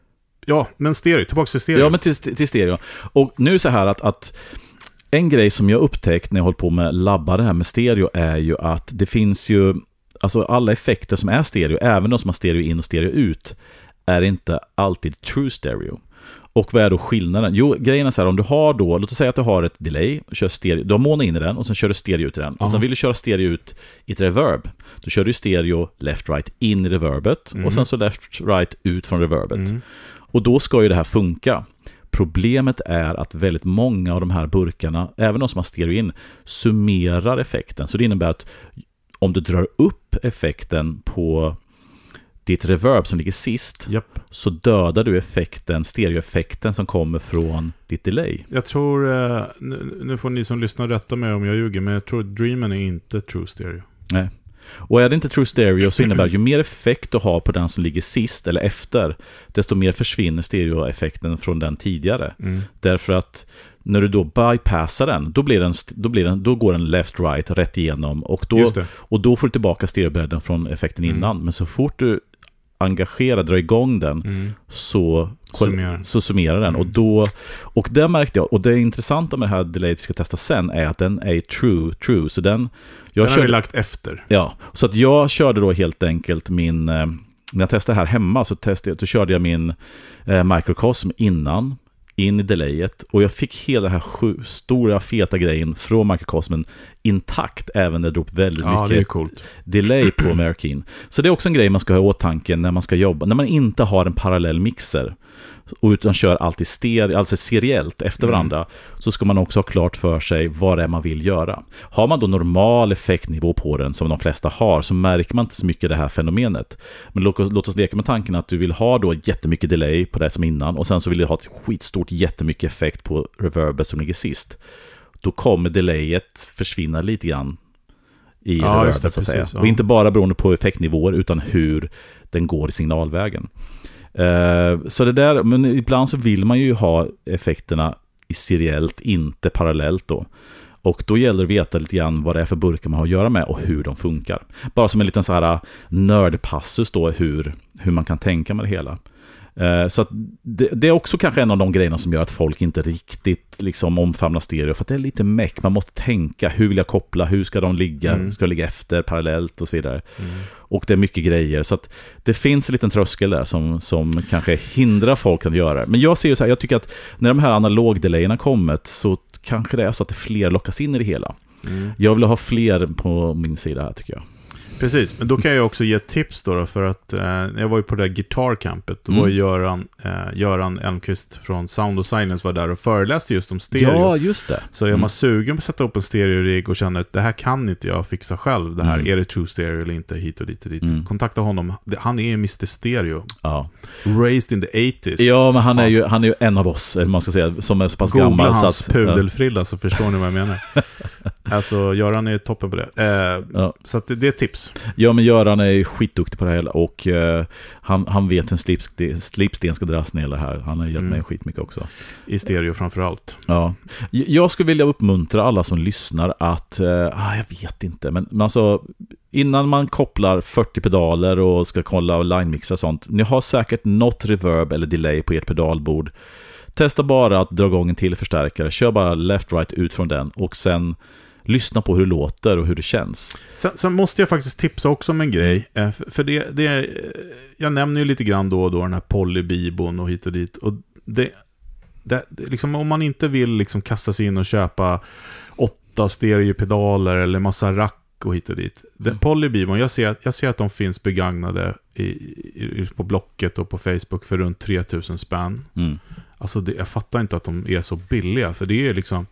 ja, men stereo, tillbaka till stereo. Ja, men till, till stereo. Och nu så här att, att en grej som jag upptäckt när jag håller på med labba det här med stereo är ju att det finns ju, alltså alla effekter som är stereo, även de som har stereo in och stereo ut, är inte alltid true stereo. Och vad är då skillnaden? Jo, grejen är så här, om du har då, låt oss säga att du har ett delay, kör stereo, du har mono in i den och sen kör du stereo ut i den. Och sen vill du köra stereo ut i ett reverb. Då kör du stereo left-right in i reverbet mm. och sen så left-right ut från reverbet. Mm. Och då ska ju det här funka. Problemet är att väldigt många av de här burkarna, även de som har stereo in, summerar effekten. Så det innebär att om du drar upp effekten på ditt reverb som ligger sist, yep. så dödar du effekten, stereoeffekten som kommer från ditt delay. Jag tror, eh, nu, nu får ni som lyssnar rätta mig om jag ljuger, men jag tror att Dreamen är inte true stereo. Nej. Och är det inte true stereo så innebär det ju mer effekt du har på den som ligger sist eller efter, desto mer försvinner stereoeffekten från den tidigare. Mm. Därför att när du då bypassar den, då, blir den, då, blir den, då går den left-right rätt igenom och då, och då får du tillbaka stereobredden från effekten innan. Mm. Men så fort du engagerar, drar igång den mm. så, summerar. så summerar den. Mm. Och, då, och det märkte jag, och det intressanta med det här delay vi ska testa sen är att den är true, true. Så den, jag den körde, har vi lagt efter. Ja, så att jag körde då helt enkelt min, när jag testade här hemma så, testade, så körde jag min eh, Microcosm innan, in i delayet, och jag fick hela den här sju, stora feta grejen från Microcosmen intakt, även när det drog väldigt ja, mycket delay på Merkin. Så det är också en grej man ska ha i åtanke när man ska jobba, när man inte har en parallell mixer och utan kör alltid stereo, alltså seriellt efter varandra, mm. så ska man också ha klart för sig vad det är man vill göra. Har man då normal effektnivå på den, som de flesta har, så märker man inte så mycket det här fenomenet. Men låt oss, låt oss leka med tanken att du vill ha då jättemycket delay på det som innan, och sen så vill du ha ett skitstort jättemycket effekt på reverbet som ligger sist. Då kommer delayet försvinna lite grann i ja, reverbet, det, så att säga. precis, ja. Och inte bara beroende på effektnivåer utan hur den går i signalvägen. Uh, så det där, men ibland så vill man ju ha effekterna i seriellt, inte parallellt då. Och då gäller det att veta lite grann vad det är för burkar man har att göra med och hur de funkar. Bara som en liten så här nördpassus då, hur, hur man kan tänka med det hela. Uh, så att det, det är också kanske en av de grejerna som gör att folk inte riktigt liksom omfamnar stereo, för att det är lite meck. Man måste tänka, hur vill jag koppla, hur ska de ligga, mm. ska de ligga efter, parallellt och så vidare. Mm. Och det är mycket grejer, så att det finns en liten tröskel där som, som kanske hindrar folk att göra det. Men jag ser ju så här, jag tycker att när de här analogdelayerna kommit så kanske det är så att det fler lockas in i det hela. Mm. Jag vill ha fler på min sida här, tycker jag. Precis, men då kan jag också ge ett tips då, då för att eh, jag var ju på det där guitarcampet. Då mm. var Göran, eh, Göran Elmqvist från Sound of Silence var där och föreläste just om stereo. Ja, just det. Så är man mm. sugen på att sätta upp en stereo-rig och känner att det här kan inte jag fixa själv. Det här, mm. är det true stereo eller inte, hit och dit och dit. Mm. Kontakta honom. Han är mister Stereo. Ja. Raised in the eighties. Ja, men han är, ju, han är ju en av oss, man ska säga, som är så pass Googla gammal. Googla hans så att, pudelfrilla ja. Så förstår ni vad jag menar. Alltså, Göran är toppen på det. Eh, ja. Så att det, det är ett tips. Ja, men Göran är ju skitduktig på det här och uh, han, han vet hur en slipsten, slipsten ska dras ner det här. Han har gett mm. mig skitmycket också. I stereo framförallt. Ja. Jag skulle vilja uppmuntra alla som lyssnar att, uh, ah, jag vet inte, men, men alltså innan man kopplar fyrtio pedaler och ska kolla och line-mixa och sånt, ni har säkert något reverb eller delay på ert pedalbord. Testa bara att dra igång en till förstärkare, kör bara left-right ut från den och sen lyssna på hur det låter och hur det känns. Sen, sen måste jag faktiskt tipsa också om en grej. Eh, för för det, det, jag nämner ju lite grann då och då den här polybibon och hit och dit. Och det, det, liksom, om man inte vill liksom kasta sig in och köpa åtta stereopedaler eller massa rack och hit och dit. Mm. Polybibon, jag ser, jag ser att de finns begagnade i, i, på Blocket och på Facebook för runt tre tusen spänn. Mm. Alltså det, jag fattar inte att de är så billiga, för det är liksom...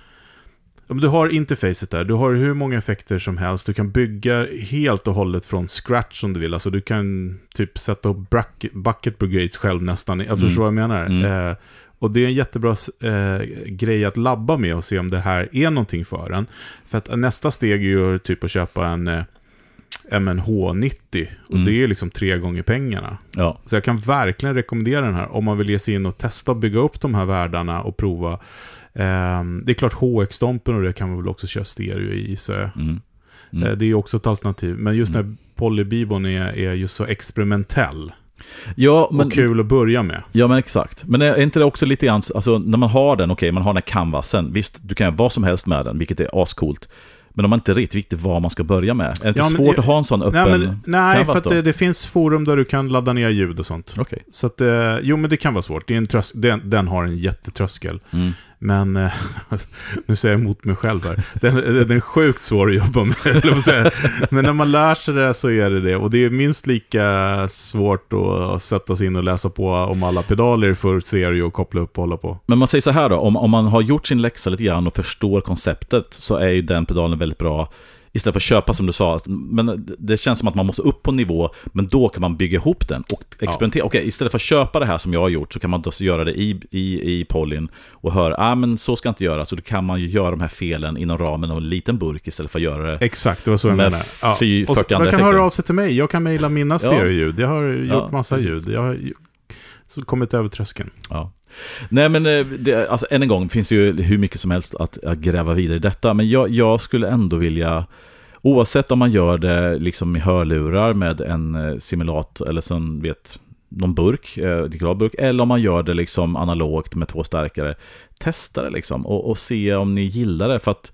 Du har interfacet där, du har hur många effekter som helst, du kan bygga helt och hållet från scratch om du vill, alltså du kan typ sätta upp bracket, bucket brigades själv nästan, jag förstår mm. vad jag menar. Mm. Eh, och det är en jättebra eh, grej att labba med och se om det här är någonting för en. För att nästa steg är ju typ att köpa en eh, M N H nittio och mm. det är liksom tre gånger pengarna. Ja. Så jag kan verkligen rekommendera den här om man vill ge sig in och testa och bygga upp de här världarna och prova. Um, det är klart H X-stompen och det kan man väl också köra stereo i, så mm. Mm. Uh, det är ju också ett alternativ, men just mm. när polybibon är, är just så experimentell Ja, men, och kul att börja med. Ja, men exakt. Men är inte det också lite grann, alltså när man har den, okej, okay, man har den här canvasen, visst, du kan göra vad som helst med den, vilket är ascoolt. Men om man inte riktigt riktigt vad man ska börja med. Är det inte ja, men, svårt att ha en sån öppen nej, men, nej canvas för att då? Det, det finns forum där du kan ladda ner ljud och sånt. Okay. Så att, eh, jo men det kan vara svårt. Det är en trös- den, den har en jättetröskel. Mm. Men, eh, nu säger jag emot mig själv här. Den, den är sjukt svår att jobba med. Men när man lär sig det så är det det. Och det är minst lika svårt att sätta sig in och läsa på om alla pedaler för serie och koppla upp och hålla på. Men man säger så här då, om, om man har gjort sin läxa lite grann och förstår konceptet, så är ju den pedalen väldigt bra. Istället för att köpa, som du sa, men det känns som att man måste upp på nivå, men då kan man bygga ihop den och experimentera. Ja. Okej, istället för att köpa det här som jag har gjort, så kan man då göra det i, i, i Polyn och höra, ah, men så ska jag inte göra, så då kan man ju göra de här felen inom ramen av en liten burk istället för att göra det. Exakt, det var så jag menade. Ja. fyrtio, och så, man kan effekter. höra av sig till mig, jag kan mejla mina stereoljud, jag har gjort ja, massa precis. ljud, jag har så kommit över tröskeln. Ja. Nej, men det, alltså, än en gång finns det ju hur mycket som helst att, att gräva vidare i detta, men jag, jag skulle ändå vilja, oavsett om man gör det liksom med hörlurar med en simulator eller som vet någon burk, eh, digital burk, eller om man gör det liksom analogt med två starkare, testa det liksom och, och se om ni gillar det, för att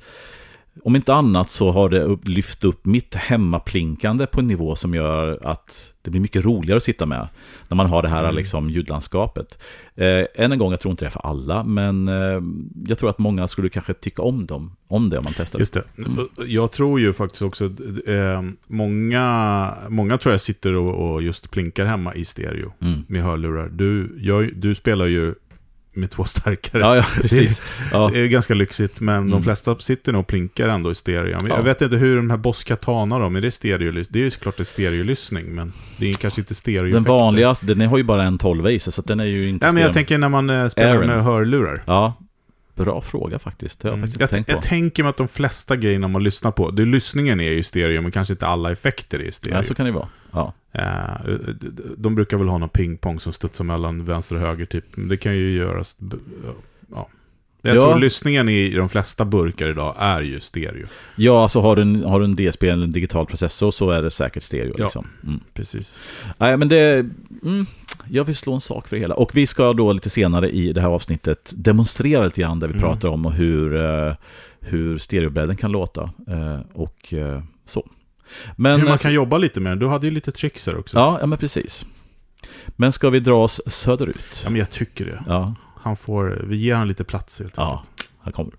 om inte annat så har det upp, lyft upp mitt hemmaplinkande på en nivå som gör att det blir mycket roligare att sitta med när man har det här mm. liksom ljudlandskapet. Eh, än en gång, jag tror inte det är för alla, men eh, jag tror att många skulle kanske tycka om dem, om det om man testar. Just det. Mm. Jag tror ju faktiskt också eh, många, många tror jag sitter och, och just plinkar hemma i stereo mm. med hörlurar. Du, jag, du spelar ju med två starkare. Ja, ja, precis. Ja. Det är ganska lyxigt, men mm. de flesta sitter nog och plinkar ändå i stereo. Ja. Jag vet inte hur de här Boss Katana då, men det är stereo. Det är ju såklart en stereolyssning, men det är kanske inte stereo. Den vanligaste, den har ju bara en tolv i sig, så den är ju inte. Ja, men jag tänker när man äh, spelar Aaron. med hörlurar. Ja. Bra fråga faktiskt. Det har jag mm. faktiskt jag, tänkt på. Jag tänker mig att de flesta grejerna man lyssnar på, det, lyssningen är ju stereo, men kanske inte alla effekter är i stereo. Ja, så kan det vara. Ja. Uh, de brukar väl ha någon pingpong som studsar mellan vänster och höger typ. Det kan ju göras. Ja. Jag ja. tror lyssningen i de flesta burkar idag är ju stereo. Ja, alltså har du en, har du en D S P eller en digital processor så är det säkert stereo. Ja, liksom. mm. precis. Nej, men det... Mm, jag vill slå en sak för det hela. Och vi ska då lite senare i det här avsnittet demonstrera lite grann där vi mm. pratar om och hur, uh, hur stereobredden kan låta. Uh, och uh, så. Men, hur man kan jobba lite med. Du hade ju lite tricks här också. Ja, ja, men precis. Men ska vi dra oss söderut? Ja, men jag tycker det. Ja. Han får, vi ger han lite plats helt ja, enkelt. Här kommer du.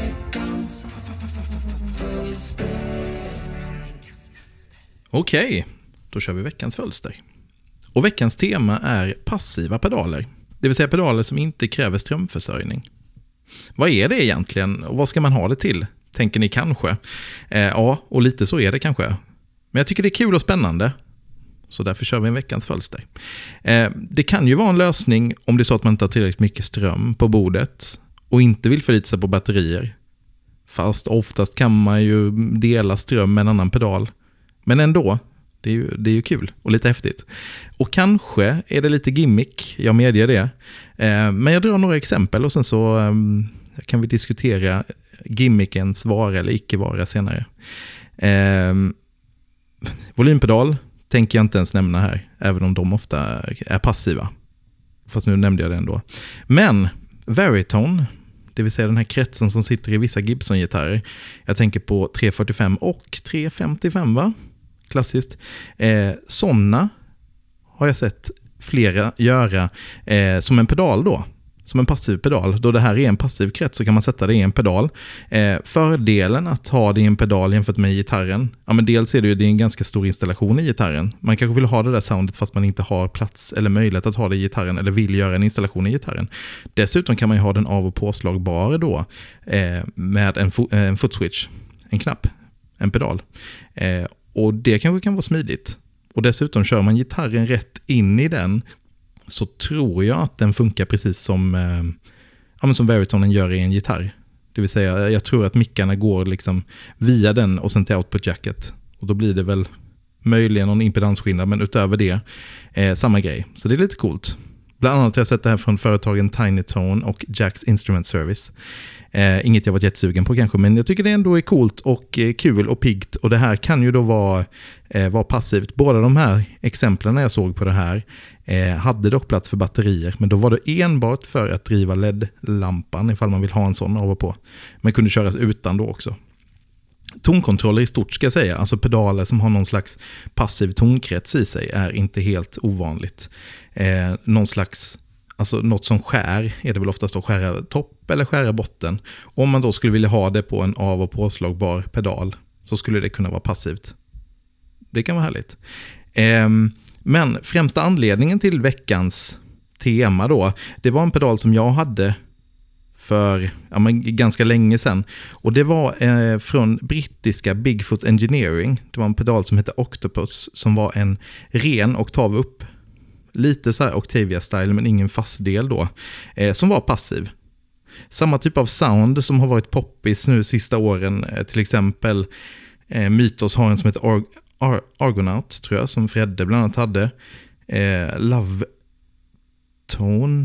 Okej, då kör vi veckans fölster. Och veckans tema är passiva pedaler. Det vill säga pedaler som inte kräver strömförsörjning. Vad är det egentligen och vad ska man ha det till? Tänker ni kanske? Eh, ja, och lite så är det kanske. Men jag tycker det är kul och spännande. Så därför kör vi en veckans fölster. Eh, det kan ju vara en lösning om det är så att man inte har tillräckligt mycket ström på bordet och inte vill förlita sig på batterier. Fast oftast kan man ju dela ström med en annan pedal. Men ändå, det är ju, det är ju kul och lite häftigt. Och kanske är det lite gimmick, jag medger det. Eh, men jag drar några exempel och sen så eh, kan vi diskutera gimmickens vara eller icke vara senare. Eh, volympedal tänker jag inte ens nämna här, även om de ofta är passiva. Fast nu nämnde jag det ändå. Men Veritone, det vill säga den här kretsen som sitter i vissa Gibson-gitarrer. Jag tänker på tre fyrtiofem och tre femtiofem, va? Klassiskt. Eh, sådana har jag sett flera göra eh, som en pedal då. Som en passiv pedal. Då det här är en passiv krets så kan man sätta det i en pedal. Eh, fördelen att ha det i en pedal jämfört med gitarren. Ja, men dels är det ju det är en ganska stor installation i gitarren. Man kanske vill ha det där soundet fast man inte har plats eller möjlighet att ha det i gitarren eller vill göra en installation i gitarren. Dessutom kan man ju ha den av- och påslagbar då eh, med en, fo- en footswitch. En knapp. En pedal. Eh, och det kanske kan vara smidigt. Och dessutom kör man gitarren rätt in i den så tror jag att den funkar precis som, eh, ja, men som Veritonen gör i en gitarr. Det vill säga, jag tror att mickarna går liksom via den och sen till output jacket. Och då blir det väl möjligen någon impedansskillnad, men utöver det, eh, samma grej. Så det är lite coolt. Bland annat har jag sett det här från företagen Tiny Tone och Jack's Instrument Service. Eh, inget jag varit jättesugen på kanske, men jag tycker det ändå är coolt och eh, kul och piggt. Och det här kan ju då vara, eh, vara passivt. Båda de här exemplen jag såg på det här eh, hade dock plats för batterier, men då var det enbart för att driva L E D-lampan ifall man vill ha en sån av och på. Men kunde köras utan då också. Tonkontroller i stort ska jag säga, alltså pedaler som har någon slags passiv tonkrets i sig är inte helt ovanligt. Eh, någon slags, alltså något som skär är det väl oftast att skära topp eller skära botten. Om man då skulle vilja ha det på en av- och påslagbar pedal så skulle det kunna vara passivt. Det kan vara härligt. Eh, men främsta anledningen till veckans tema då, det var en pedal som jag hade för ja, men ganska länge sedan. Och det var eh, från brittiska Bigfoot Engineering. Det var en pedal som hette Octopus som var en ren oktav upp. Lite så här Octavia-style men ingen fast del då. Eh, som var passiv. Samma typ av sound som har varit poppis nu sista åren. Eh, till exempel eh, Mythos har en som heter Ar- Ar- Argonaut tror jag som Fredde bland annat hade. Eh, Love Tone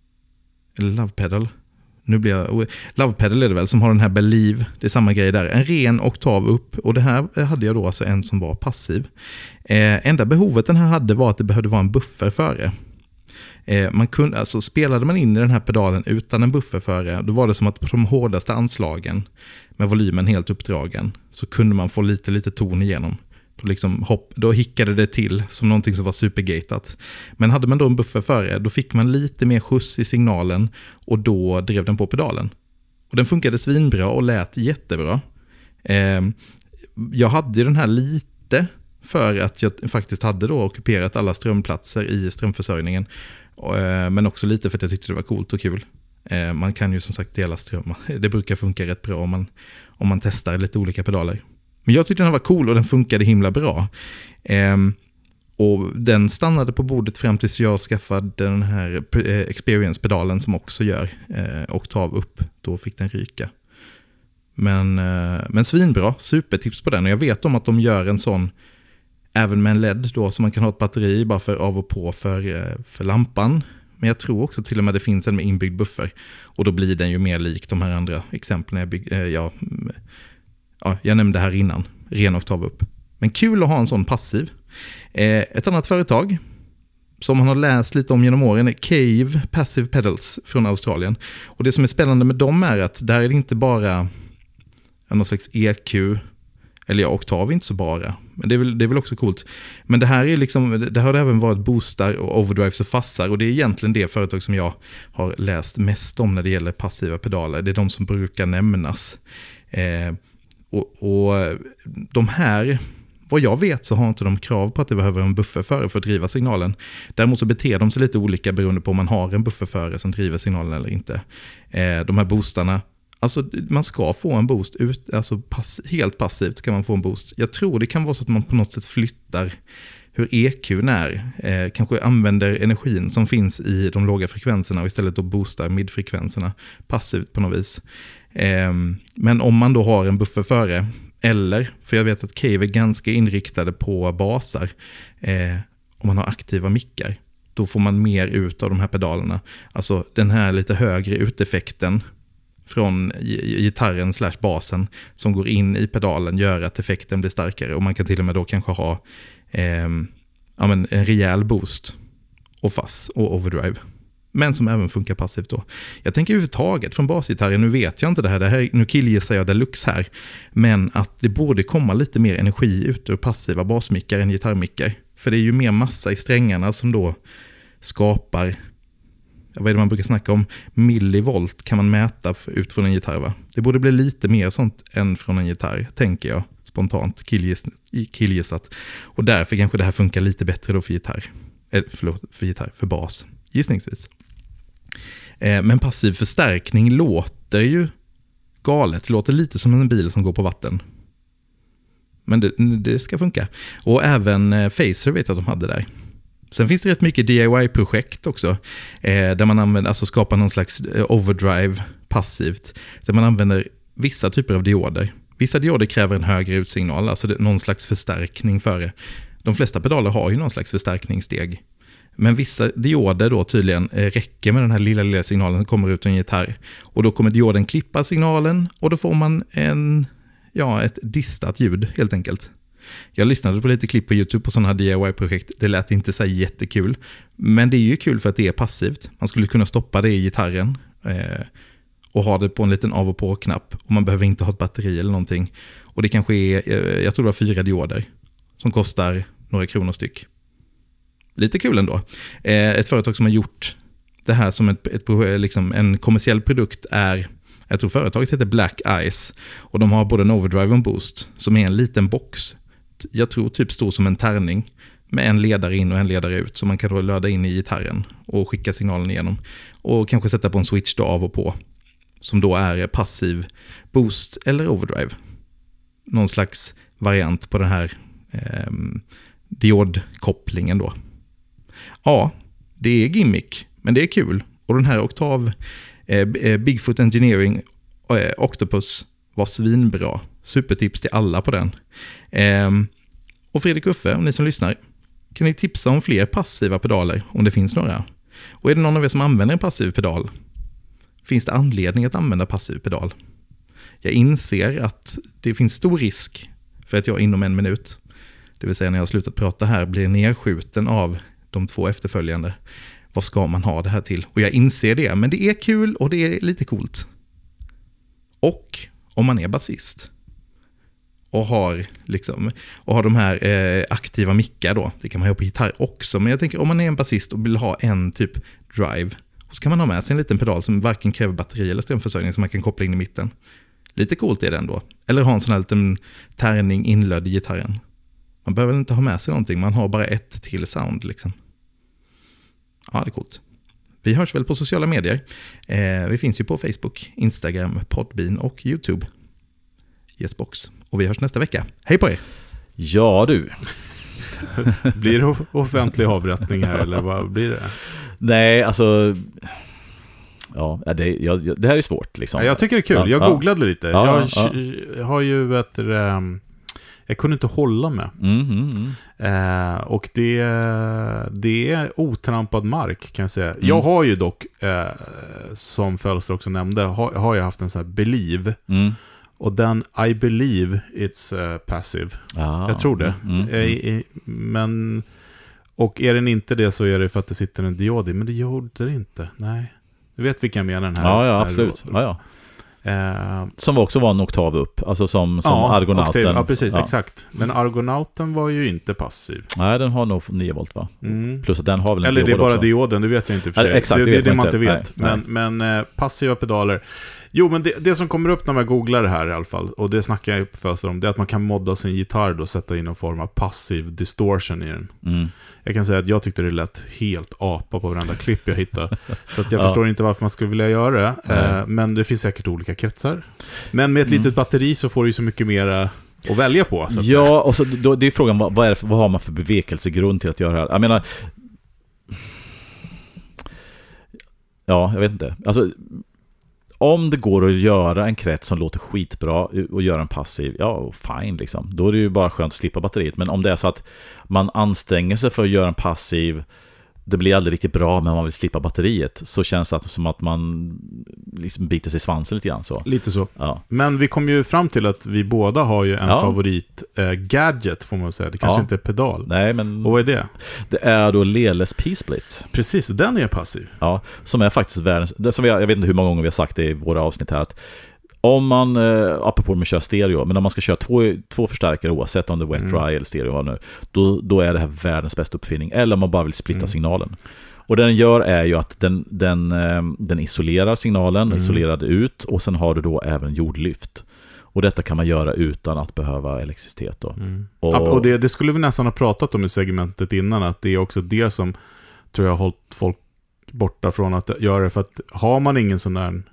eller Love Pedal. Nu blir jag, Love Pedal är det väl som har den här Believe, det är samma grej där, en ren oktav upp och det här hade jag då alltså en som var passiv. Eh, enda behovet den här hade var att det behövde vara en buffer före. Eh, man kunde, alltså spelade man in i den här pedalen utan en buffer före, då var det som att på de hårdaste anslagen med volymen helt uppdragen så kunde man få lite lite ton igenom. Då, liksom hopp, då hickade det till som någonting som var supergatat. Men hade man då en buffer före, då fick man lite mer skjuts i signalen och då drev den på pedalen. Och den funkade svinbra och lät jättebra. Eh, jag hade den här lite för att jag faktiskt hade då ockuperat alla strömplatser i strömförsörjningen. Eh, men också lite för att jag tyckte det var coolt och kul. Eh, man kan ju som sagt dela ström. Det brukar funka rätt bra om man, om man testar lite olika pedaler. Men jag tyckte den var cool och den funkade himla bra. Ehm, och den stannade på bordet fram tills jag skaffade den här Experience-pedalen som också gör eh, oktav upp. Då fick den ryka. Men, eh, men svinbra, supertips på den. Och jag vet om att de gör en sån även med en L E D då, så man kan ha ett batteri bara för av och på för, för lampan. Men jag tror också till och med det finns en med inbyggd buffer. Och då blir den ju mer lik de här andra exemplen jag bygg, eh, ja, Ja, jag nämnde här innan, ren oktav upp. Men kul att ha en sån passiv. Eh, ett annat företag som man har läst lite om genom åren är Cave Passive Pedals från Australien. Och det som är spännande med dem är att där är det inte bara någon slags E Q, eller ja, oktav är inte så bara. Men det är väl, det är väl också coolt. Men det här är liksom, det har även varit boostar och overdrives och fassar. Och det är egentligen det företag som jag har läst mest om när det gäller passiva pedaler. Det är de som brukar nämnas. Eh, Och, och de här, vad jag vet så har inte de krav på att det behöver en buffer före för att driva signalen. Däremot så beter de sig lite olika beroende på om man har en buffer före som driver signalen eller inte. Eh, de här boostarna, alltså man ska få en boost, ut, alltså pass, helt passivt ska man få en boost. Jag tror det kan vara så att man på något sätt flyttar hur E Q:n är. Eh, kanske använder energin som finns i de låga frekvenserna och istället då boostar midfrekvenserna passivt på något vis. Eh, men om man då har en buffer före, eller, för jag vet att Cave är ganska inriktade på basar, eh, om man har aktiva mickar, då får man mer ut av de här pedalerna. Alltså den här lite högre uteffekten från gitarren slash basen som går in i pedalen gör att effekten blir starkare, och man kan till och med då kanske ha eh, ja, men en rejäl boost och fass och overdrive. Men som även funkar passivt då. Jag tänker överhuvudtaget från basgitarren, nu vet jag inte det här, det här nu killgissar jag deluxe här, men att det borde komma lite mer energi ut ur passiva basmickar än gitarrmickar. För det är ju mer massa i strängarna som då skapar, vad är det man brukar snacka om, millivolt kan man mäta ut från en gitarr, va? Det borde bli lite mer sånt än från en gitarr, tänker jag spontant, killgiss, killgissat. Och därför kanske det här funkar lite bättre då för gitarr. Eller förlåt, för gitarr, för bas, gissningsvis. Eh, men passiv förstärkning låter ju galet. Det låter lite som en bil som går på vatten. Men det, det ska funka. Och även eh, Facer vet jag att de hade där. Sen finns det rätt mycket D I Y-projekt också. Eh, där man använder, alltså skapar någon slags eh, overdrive passivt. Där man använder vissa typer av dioder. Vissa dioder kräver en högre utsignal. Alltså det, någon slags förstärkning för det. De flesta pedaler har ju någon slags förstärkningssteg. Men vissa dioder då tydligen räcker med den här lilla, lilla signalen som kommer ut ur en gitarr. Och då kommer dioden klippa signalen och då får man en, ja, ett distat ljud helt enkelt. Jag lyssnade på lite klipp på YouTube på sådana här D I Y-projekt. Det lät inte så jättekul. Men det är ju kul för att det är passivt. Man skulle kunna stoppa det i gitarren eh, och ha det på en liten av- och på-knapp. Och man behöver inte ha ett batteri eller någonting. Och det kanske är, eh, jag tror det var fyra dioder som kostar några kronor styck. Lite kul ändå. Eh, ett företag som har gjort det här som ett, ett, liksom en kommersiell produkt är, jag tror företaget heter Black Ice. Och de har både en overdrive och en boost som är en liten box. Jag tror typ stor som en tärning med en ledare in och en ledare ut. Så man kan då löda in i gitarren och skicka signalen igenom. Och kanske sätta på en switch då av och på. Som då är passiv boost eller overdrive. Någon slags variant på den här eh, diodkopplingen då. Ja, det är gimmick, men det är kul. Och den här Octave eh, Bigfoot Engineering eh, Octopus var svinbra. Supertips till alla på den. Eh, och Fredrik Uffe, om ni som lyssnar, kan ni tipsa om fler passiva pedaler om det finns några? Och är det någon av er som använder en passiv pedal? Finns det anledning att använda passiv pedal? Jag inser att det finns stor risk för att jag inom en minut, det vill säga när jag har slutat prata här, blir nedskjuten av de två efterföljande. Vad ska man ha det här till? Och jag inser det, men det är kul och det är lite coolt. Och om man är basist och har, liksom, och har de här eh, aktiva mickar då, det kan man ha på gitarr också, men jag tänker om man är en basist och vill ha en typ drive, så kan man ha med sig en liten pedal som varken kräver batteri eller strömförsörjning som man kan koppla in i mitten. Lite coolt är det ändå. Eller ha en sån här liten tärning inlödd i gitarren. Man behöver inte ha med sig någonting, man har bara ett till sound liksom. Ja, det är coolt. Vi hörs väl på sociala medier. Eh, vi finns ju på Facebook, Instagram, Podbean och YouTube. Yesbox. Och vi hörs nästa vecka. Hej på er! Ja du. Blir det offentlig avrättning här eller vad blir det? Nej, alltså... Ja, det, jag, det här är svårt liksom. Ja, jag tycker det är kul. Jag ja, googlade lite. Ja, jag ja. har ju ett... Jag kunde inte hålla med. Mm, mm, mm. Eh, och det, det är otrampad mark kan jag säga. Mm. Jag har ju dock, eh, som Fölster också nämnde, har, har jag haft en sån här Believe. Mm. Och den I believe it's uh, passive. Ah, jag tror det. Mm, mm. Eh, men, och är den inte det så är det för att det sitter en diod i. Men det gjorde det inte. Nej. Du vet vilka jag menar den här. Ja, ja, här absolut. Ja, ja. Eh, som också var en oktav upp, alltså som, som ja, Argonauten. Ja, precis, ja. Exakt. Men Argonauten var ju inte passiv. Nej, den har nog nio volt va? Mm. Plus att den har väl en eller det är bara också. dioden, det vet jag inte för sig. Ja, exakt, det, det, det, vet det man man inte vet. Nej, men, nej. men eh, passiva pedaler. Jo, men det, det som kommer upp när man googlar det här i alla fall, och det snackar jag upp för om, det är att man kan modda sin gitarr och sätta in någon form av passiv distortion i den. Mm. Jag kan säga att jag tyckte det lät helt apa på varenda klipp jag hittade. Så att jag ja. förstår inte varför man skulle vilja göra det. Eh, men det finns säkert olika kretsar. Men med ett mm. litet batteri så får du ju så mycket mera att välja på. Så att ja, säga. Och så då, det är frågan, vad, vad, är det för, vad har man för bevekelsegrund till att göra det här? Jag menar... Ja, jag vet inte. Alltså... Om det går att göra en krets som låter skitbra och göra en passiv, ja, fine liksom. Då är det ju bara skönt att slippa batteriet. Men om det är så att man anstränger sig för att göra en passiv, det blir aldrig riktigt bra men man vill slippa batteriet, så känns det som att man liksom biter sig i svansen lite grann så. Lite så. Ja. Men vi kom ju fram till att vi båda har ju en ja. favorit eh, gadget får man säga. Det kanske ja. inte är pedal. Nej, men och vad är det? Det är då Leles P-split. Precis, den är passiv. Ja, som är faktiskt världens, som jag, jag vet inte hur många gånger vi har sagt det i våra avsnitt här, att om man, eh, apropå med kör stereo, men om man ska köra två, två förstärkare oavsett om det är wet, dry mm. eller stereo nu, då, då är det här världens bästa uppfinning. Eller om man bara vill splitta mm. signalen. Och det den gör är ju att den, den, eh, den isolerar signalen, mm. isolerar ut, och sen har du då även jordlyft. Och detta kan man göra utan att behöva elektricitet då. Mm. Och, och det, det skulle vi nästan ha pratat om i segmentet innan, att det är också det som tror jag har hållit folk borta från att göra det, för att har man ingen sån där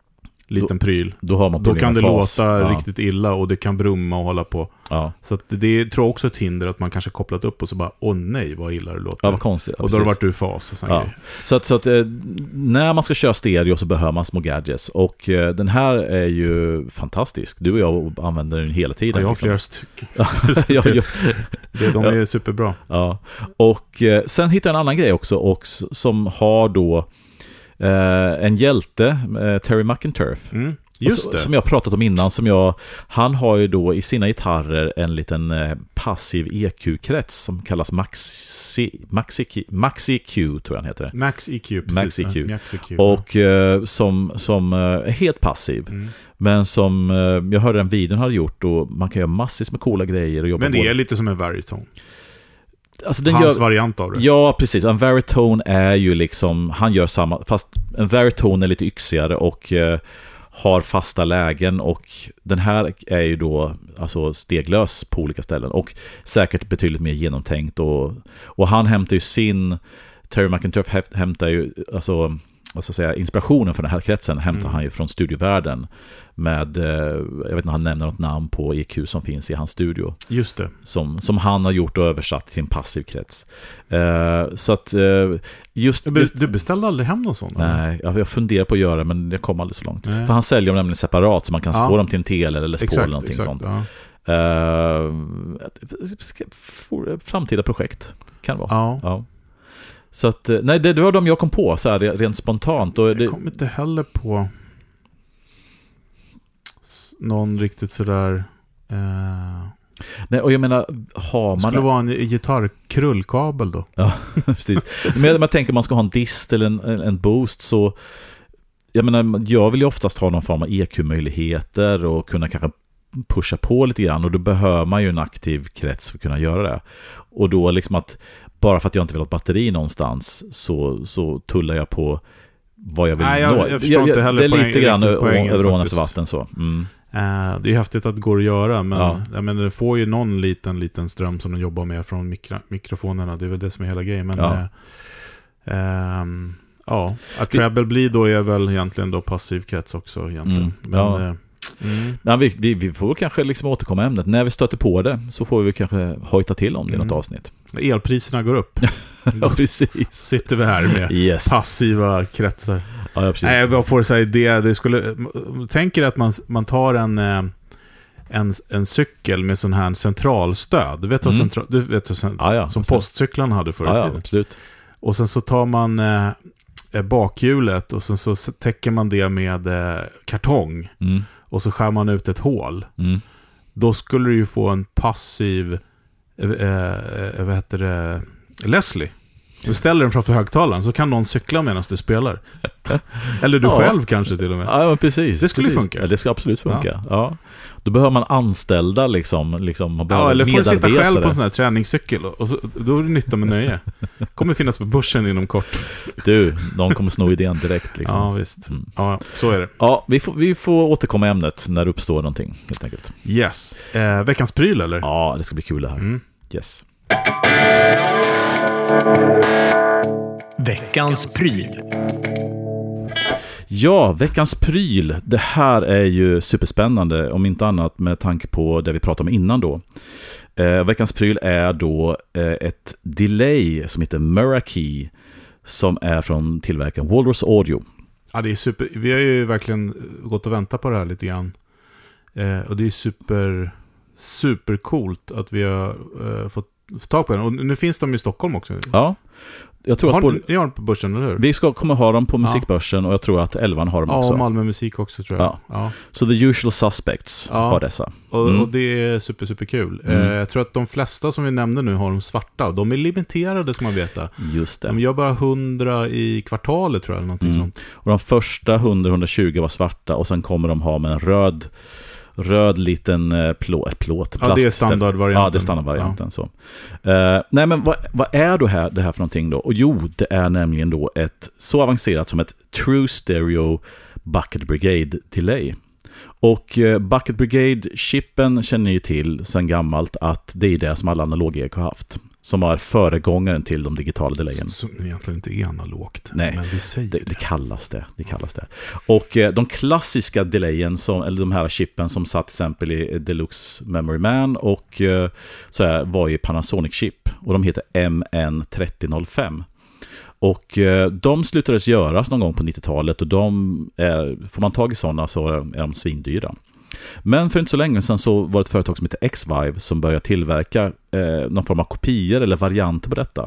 liten då, pryl. Då, har man då kan det fas. låta ja. riktigt illa och det kan brumma och hålla på. Ja. Så att det tror jag också ett hinder att man kanske kopplat upp och så bara, åh nej, vad illa det låter. Ja, vad konstigt. Ja, och då har det varit ur fas och ja. Så att, så att eh, när man ska köra stereo så behöver man små gadgets. Och eh, den här är ju fantastisk. Du och jag använder den hela tiden. Ja, jag har liksom. flera stycken. ja, jag, det, de är ja. superbra. Ja. Och eh, sen hittar jag en annan grej också och, som har då eh, en hjälte, eh, Terry McInturf. Mm. Just det. Som jag har pratat om innan, som jag, han har ju då i sina gitarrer en liten eh, passiv E Q-krets som kallas Maxi, Maxi, Q, Maxi Q, tror jag han heter det. Max E Q, precis. Maxi Q. Maxi Q. Och eh, som, som eh, är helt passiv. Mm. Men som eh, jag hörde den videon hade gjort och man kan göra massvis med coola grejer och jobba. Men det både. är lite som en Varitone. Alltså den Hans gör, variant av det. Ja, precis. En Varitone är ju liksom, han gör samma, fast en Varitone är lite yxigare och eh, har fasta lägen, och den här är ju då alltså steglös på olika ställen och säkert betydligt mer genomtänkt, och, och han hämtar ju sin Terry McInturf hämtar ju alltså, vad ska jag säga, inspirationen för den här kretsen hämtar mm. han ju från studiovärlden med, jag vet inte om han nämner något namn på E Q som finns i hans studio. Just det. Som, som han har gjort och översatt till en passiv krets. Uh, så att uh, just, just... Du beställde aldrig hem någon sån? Nej, jag, jag funderar på att göra, men jag kom aldrig så långt. Nej. För han säljer dem nämligen separat så man kan ja. få dem till en tele eller Les Paul eller någonting exakt, sånt. Ja. Uh, framtida projekt kan det vara. Ja. ja. Så att, nej, det, det var de jag kom på så här rent spontant. Och jag det... kom inte heller på någon riktigt sådär... Uh... Nej, och jag menar, har man... Skulle det vara en gitarrkrullkabel då? Ja, precis. Men man tänker man ska ha en dist eller en, en boost, så... Jag menar, jag vill ju oftast ha någon form av E Q-möjligheter och kunna kanske pusha på lite grann, och då behöver man ju en aktiv krets för att kunna göra det. Och då liksom att bara för att jag inte vill ha ett batteri någonstans så, så tullar jag på vad jag vill Nej, jag, nå. Jag förstår jag, inte heller det är poäng, lite grann över ån efter faktiskt. vatten så. Mm. Uh, det är häftigt att det går att göra, men ja. jag menar, det får ju någon liten liten ström som de jobbar med från mikro, mikrofonerna. Det är väl det som är hela grejen. Men ja, uh, um, ja. Att treble blir då är väl egentligen då passiv krets också egentligen. Mm. Men, ja. uh, Mm. Men vi, vi, vi får kanske liksom återkomma i ämnet. När vi stöter på det så får vi kanske hojta till om det i mm. något avsnitt. Elpriserna går upp. Ja, precis. Sitter vi här med yes. passiva kretsar. Ja, ja, precis. Nej, jag bara får säga det. det skulle, tänker att man, man tar en, en, en cykel med sån här centralstöd. Du vet vad, mm. central, du vet vad cent, ja, ja, som postcyklarna hade förr i ja, tiden. Ja, absolut. Och sen så tar man eh, bakhjulet och sen så täcker man det med eh, kartong. Mm. Och så skär man ut ett hål. Mm. Då skulle du ju få en passiv eh, eh, vad heter det, Leslie. Du ställer den framför högtalaren så kan någon cykla medan du spelar. Eller du ja. själv kanske till och med. Ja, men precis. Det skulle precis. funka. Ja, det ska absolut funka. Ja. Ja. Då behöver man anställda liksom, liksom man ja, eller får du sitta själv på en sån här träningscykel och så, då är det nytta med nöje. Kommer finnas på börsen inom kort. Du, de kommer sno idén direkt liksom. Ja, visst. Mm. Ja, så är det. Ja, vi får, vi får återkomma i ämnet när det uppstår någonting, helt enkelt. Yes. Eh, veckans pryl, eller? Ja, det ska bli kul det här. Mm. Yes. Veckans pryl. Ja, veckans pryl. Det här är ju superspännande, om inte annat med tanke på det vi pratade om innan då. Eh, veckans pryl är då eh, ett delay som heter Meraki, som är från tillverkaren Walrus Audio. Ja, det är super. Vi har ju verkligen gått och väntat på det här lite grann. Eh, och det är super, super coolt att vi har eh, fått tag på den. Och nu finns de i Stockholm också. Ja. Jag tror har, att både, ni har dem på börsen, eller hur? Vi ska komma ha dem på musikbörsen, och jag tror att Elvan har dem ja, också. Ja, och Malmö Musik också, tror jag. Ja. Ja. Så the usual suspects ja. har dessa. Och, mm. och det är super, super kul. Mm. Eh, jag tror att de flesta som vi nämnde nu har de svarta. De är limiterade, som man vet. Just det. De gör bara hundra i kvartalet, tror jag, eller någonting mm. sånt. Och de första hundra till hundratjugo var svarta, och sen kommer de ha med en röd röd liten eh, plåt, plåt plast. Ja, det är standardvarianten. Ja, det är standardvarianten. Ja. Så. Uh, nej, men vad, vad är då här, det här för någonting då? Och jo, det är nämligen då ett så avancerat som ett True Stereo Bucket Brigade delay. Och uh, Bucket Brigade-chippen känner ni ju till sedan gammalt att det är det som alla analog-ek har haft. som är föregångaren till de digitala delayen. Som egentligen inte är analogt. Nej, men vi säger det, det kallas det. det, kallas det. Och eh, de klassiska delayen, som, eller de här chippen som satt till exempel i Deluxe Memory Man och eh, så här, var ju Panasonic-chip. Och de heter M N trettio noll fem. Och eh, de slutades göras någon gång på nittiotalet och de är, får man tag i sådana så är de svindyra. Men för inte så länge sedan så var det ett företag som heter X-Vive som började tillverka eh, någon form av kopior eller varianter på detta.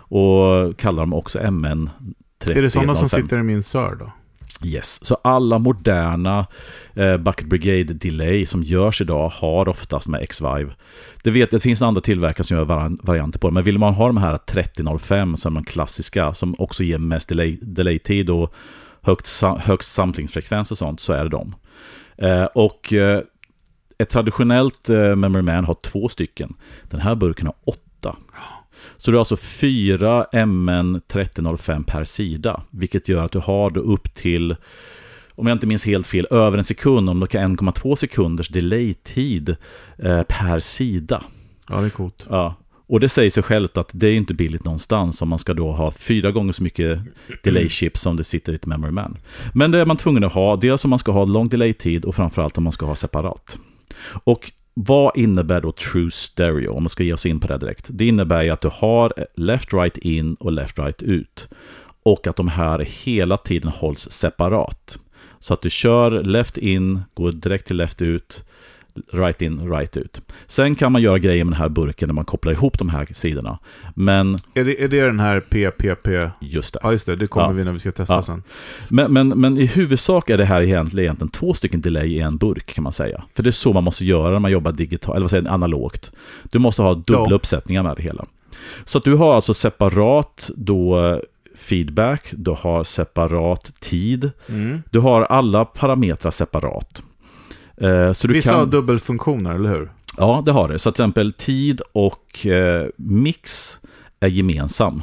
Och kallar dem också M N trettio noll fem. Är det sådana som sitter i min sör då? Yes, så alla moderna eh, Bucket Brigade Delay som görs idag har oftast med X-Vive. Det vet det finns andra tillverkare som gör var- varianter på det, men vill man ha de här trettio noll fem som är de klassiska som också ger mest delay, delay-tid och högst, högst samplingsfrekvens och sånt, så är det de. Eh, och eh, ett traditionellt eh, Memory Man har två stycken. Den här burken har åtta. Så du har alltså fyra M N trettio noll fem per sida, vilket gör att du har då upp till, om jag inte minns helt fel, över en sekund, om du kan en komma två sekunders delay-tid eh, per sida. Ja, det är coolt. Ja. Och det säger sig självt att det är inte billigt någonstans om man ska då ha fyra gånger så mycket delay-chip som det sitter i ett Memory Man. Men det är man tvungen att ha, dels om man ska ha lång delay-tid och framförallt om man ska ha separat. Och vad innebär då True Stereo, om man ska ge oss in på det direkt? Det innebär ju att du har left-right in och left-right ut. Och att de här hela tiden hålls separat. Så att du kör left in, går direkt till left ut, right in, right ut. Sen kan man göra grejer med den här burken när man kopplar ihop de här sidorna. Men Är det, är det den här P P P? just det. Ja, just det. Det kommer Ja. vi när vi ska testa Ja. sen. Men, men, men i huvudsak är det här egentligen, egentligen två stycken delay i en burk, kan man säga. För det är så man måste göra när man jobbar digitalt, eller vad säger jag, analogt. Du måste ha dubbla Ja. uppsättningar med det hela. Så att du har alltså separat då feedback, du har separat tid, Mm. du har alla parametrar separat. Eh, Så du Vissa kan... har dubbelfunktioner, eller hur? Ja, det har det. Så till exempel tid och eh, mix är gemensam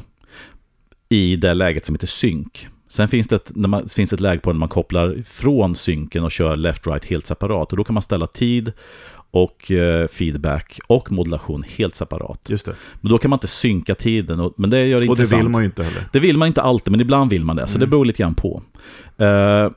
i det läget som heter synk. Sen finns det ett, när man, finns ett läge på när man kopplar från synken och kör left-right helt separat. Och då kan man ställa tid och eh, feedback och modulation helt separat. Just det. Men då kan man inte synka tiden. Och, men det gör det Och det intressant. vill man ju inte heller. Det vill man inte alltid, men ibland vill man det. Så Mm. det beror lite grann på. Uh,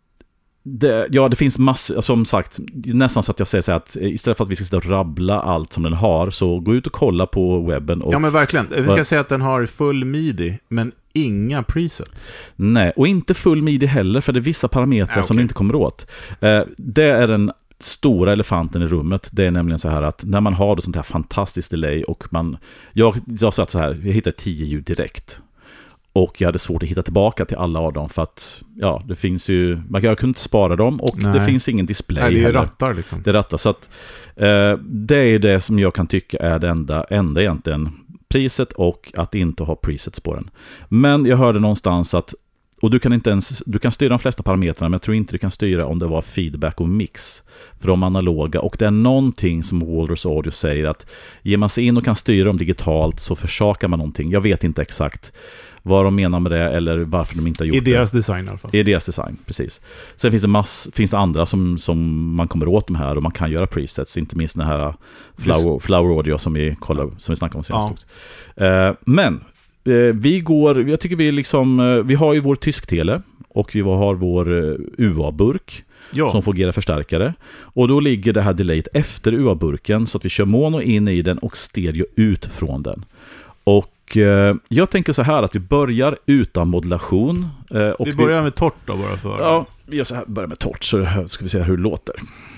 det, ja, det finns massor, som sagt, nästan så att jag säger så här att istället för att vi ska sitta och rabbla allt som den har, så gå ut och kolla på webben. Och, Ja, men verkligen. Vi ska vad- säga att den har full midi, men inga presets. Nej, och inte full midi heller, för det är vissa parametrar Ah, som okej. du inte kommer åt. Uh, det är den stora elefanten i rummet. Det är nämligen så här att när man har då sånt här fantastiskt delay och man, jag, jag satt så här, jag hittade tio ljud direkt. Och jag hade svårt att hitta tillbaka till alla av dem för att, ja, det finns ju, man kan, jag kunde inte spara dem och Nej. det finns ingen display Nej, det är heller. rattar liksom. Det är rattar, så att eh, det är det som jag kan tycka är det enda, enda egentligen, priset och att inte ha presets på den. Men jag hörde någonstans att, och du kan inte ens, du kan styra de flesta parametrarna, men jag tror inte du kan styra om det var feedback och mix för de analoga, och det är någonting som Walrus Audio säger att ger man sig in och kan styra dem digitalt så försakar man någonting. Jag vet inte exakt vad de menar med det eller varför de inte har gjort I det. deras design i alla fall. I deras design, precis. Sen finns det, mass, finns det andra som, som man kommer åt de här och man kan göra presets, inte minst den här Flower, Flower Audio som vi, kollar, som vi snackade om senast. Ja. Uh, men uh, vi går, jag tycker vi liksom, uh, vi har ju vår tysktele och vi har vår uh, U A-burk. Ja. Som fungerar förstärkare. Och då ligger det här delayet efter U A-burken så att vi kör mono in i den och stereo ut från den. Och eh, jag tänker så här att vi börjar utan modulation. Eh, och vi börjar med torrt då bara för. Ja, vi gör så här, börjar med torrt så här ska vi se hur det låter.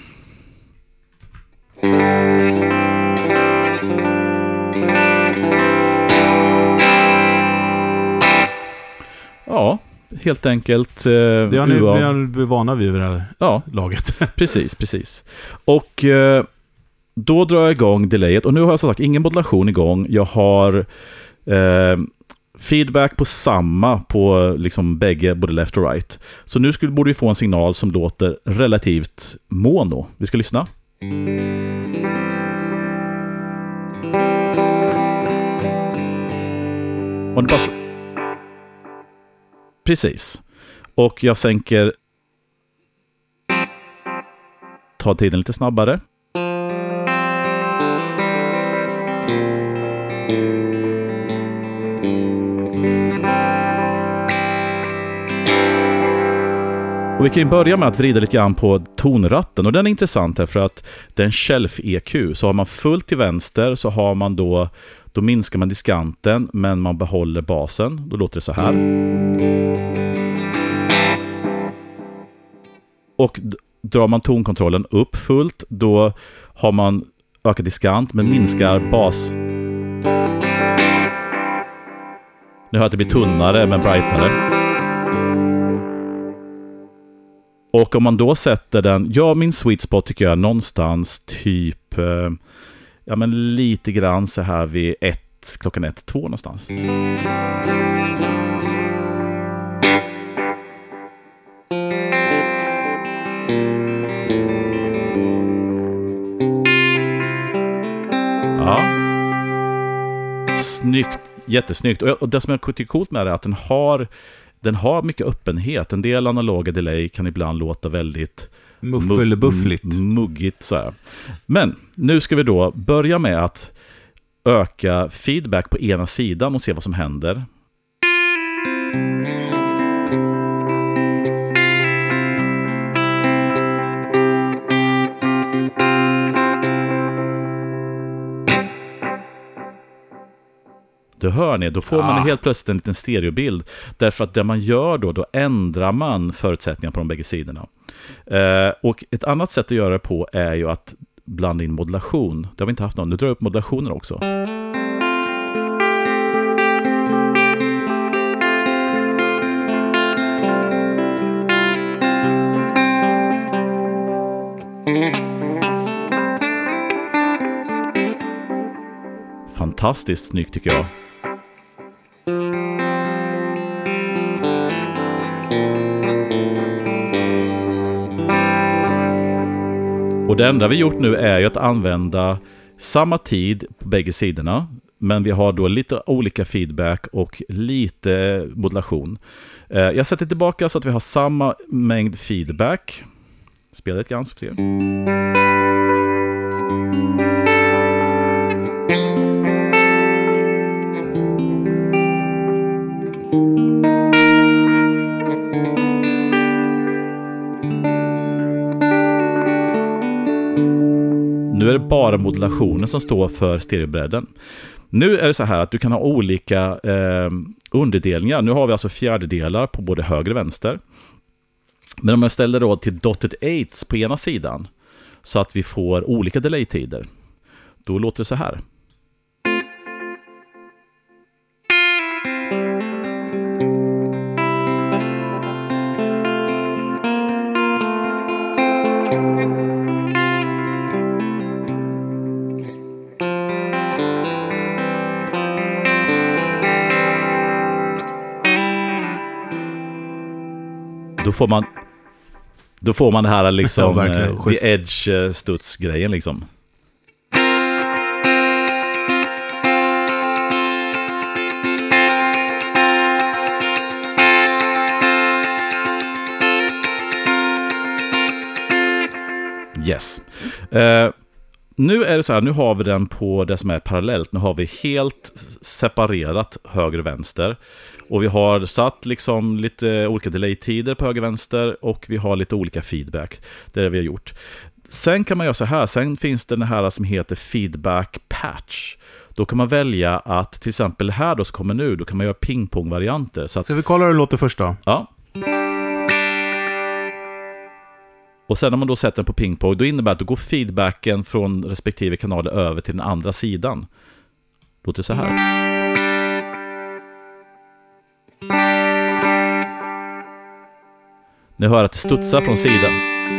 Ja, helt enkelt eh, Det har ni U A. vi har vana vid det här Ja, laget. precis, precis. Och eh, då drar jag igång delayet. Och nu har jag som sagt ingen modulation igång. Jag har eh, feedback på samma på liksom bägge, både left och right. Så nu skulle, borde vi få en signal som låter relativt mono. Vi ska lyssna. Och det bara så... Precis. Och jag sänker ta tiden lite snabbare. Och vi kan ju börja med att vrida lite grann på tonratten, och den är intressant här för att den shelf-E Q, så har man fullt till vänster så har man då, då minskar man diskanten men man behåller basen. Då låter det så här. Och drar man tonkontrollen upp fullt, då har man ökat diskant men minskar bas. Nu hör att det blir tunnare men brightare. Och om man då sätter den, ja, min sweet spot tycker jag någonstans typ eh, ja men lite grann så här vid ett, klockan ett, två någonstans. Ja. Snyggt, jättesnyggt. Och det som jag tycker är coolt med det är att den har Den har mycket öppenhet. En del analoga delay kan ibland låta väldigt muffel-buffligt, muggigt så här. Men nu ska vi då börja med att öka feedback på ena sidan och se vad som händer. Då hör ni, då får man ah. helt plötsligt en liten stereobild. Därför att det man gör då, då ändrar man förutsättningarna på de bägge sidorna. Eh, och ett annat sätt att göra det på är ju att blanda in modulation. Det har vi inte haft någon. Nu drar jag upp modulationer också. Fantastiskt snyggt tycker jag. Och det enda vi gjort nu är ju att använda samma tid på bägge sidorna, men vi har då lite olika feedback och lite modulation. Jag sätter tillbaka så att vi har samma mängd feedback. Spela lite grann så vi ser. Nu är det bara modulationen som står för stereobredden. Nu är det så här att du kan ha olika eh, underdelningar. Nu har vi alltså fjärdedelar på både höger och vänster. Men om jag ställer då till dotted eights på ena sidan så att vi får olika delay-tider, då låter det så här. Då får man då får man det här liksom ja, the edge studs grejen liksom. Yes. Uh, nu är det så här, nu har vi den på det som är parallellt. Nu har vi helt separerat höger och vänster. Och vi har satt liksom lite olika delay-tider på höger och vänster. Och vi har lite olika feedback. Det är det vi har gjort. Sen kan man göra så här. Sen finns det den här som heter feedback patch. Då kan man välja att till exempel här då som kommer nu, då kan man göra pingpong-varianter. Så att, ska vi kolla hur det låter först då? Ja. Och sen när man då sätter den på pingpong, då innebär det att då går feedbacken från respektive kanaler över till den andra sidan. Låter så här. Ni hör att det studsar från sidan.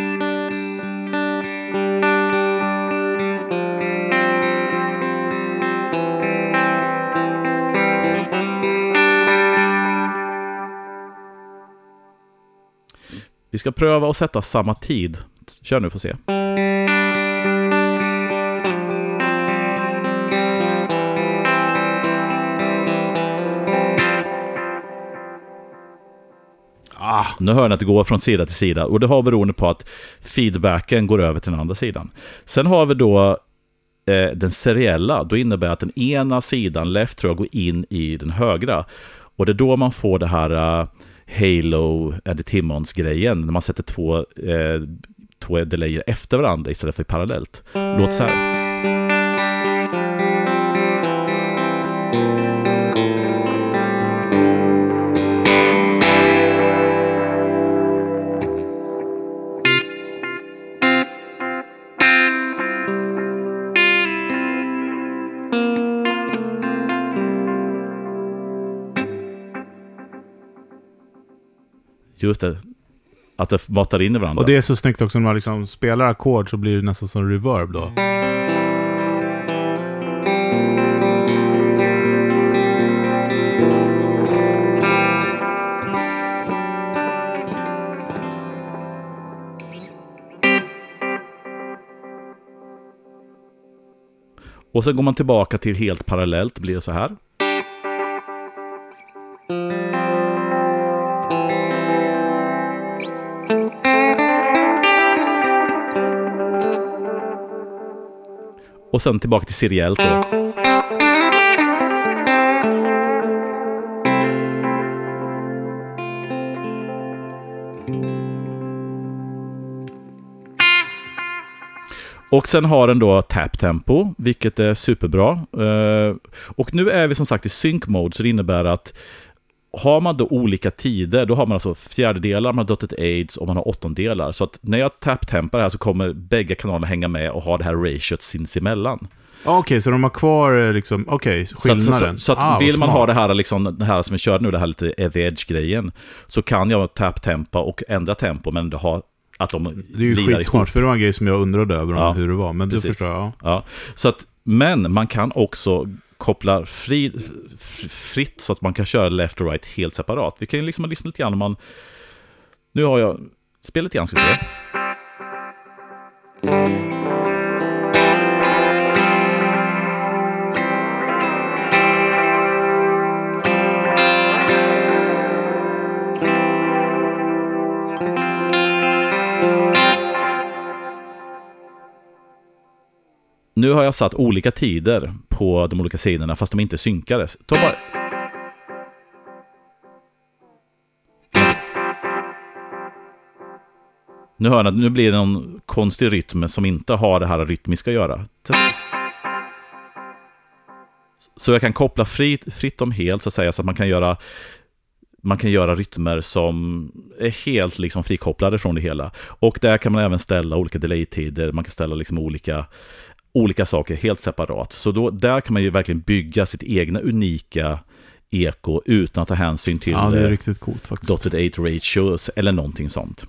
Vi ska pröva att sätta samma tid. Kör nu för att se. Ah, nu hör ni att det går från sida till sida. Och det har beroende på att feedbacken går över till den andra sidan. Sen har vi då eh, den seriella. Då innebär att den ena sidan, left, tror jag, går in i den högra. Och det är då man får det här... Uh, Halo Eddie Timmons-grejen när man sätter två, eh, två delayer efter varandra istället för parallellt. Låt så här. Just det, att det matar in i varandra. Och det är så snyggt också när man liksom spelar ackord så blir det nästan som reverb då. Och sen går man tillbaka till helt parallellt, blir det så här. Och sen tillbaka till seriellt då. Och sen har den då tap-tempo, vilket är superbra. Och nu är vi som sagt i sync-mode, så det innebär att har man då olika tider, då har man alltså fjärdedelar, man har dotted aids och man har åttondelar. Så att när jag tap-tempar här så kommer bägge kanalerna hänga med och ha det här ratiot sinsemellan. Okej, okay, så de har kvar liksom, okej, okay, skillnaden. Så, så, så att ah, vill man ha det här, liksom, det här som vi kör nu, det här lite the edge-grejen, så kan jag tap-tempa och ändra tempo, men det har att de det är ju skitsmart, för det var en grej som jag undrade över ja, hur det var, men precis. Det förstår jag. Ja. Så att, men man kan också koppla fri, fritt så att man kan köra left och right helt separat. Vi kan ju liksom lyssna lite grann om man... Nu har jag spelat lite grann, ska vi se. Nu har jag satt olika tider på de olika sidorna fast de inte synkades. Ta bara... Nu hör jag, nu blir det någon konstig rytm som inte har det här rytmiska att göra. Så jag kan koppla fritt, fritt dem helt så att säga, så att man kan göra man kan göra rytmer som är helt liksom frikopplade från det hela. Och där kan man även ställa olika delay-tider, man kan ställa liksom olika olika saker helt separat. Så då, där kan man ju verkligen bygga sitt egna unika eko utan att ta hänsyn till ja, det är riktigt coolt, faktiskt. dotted eight ratios eller någonting sånt.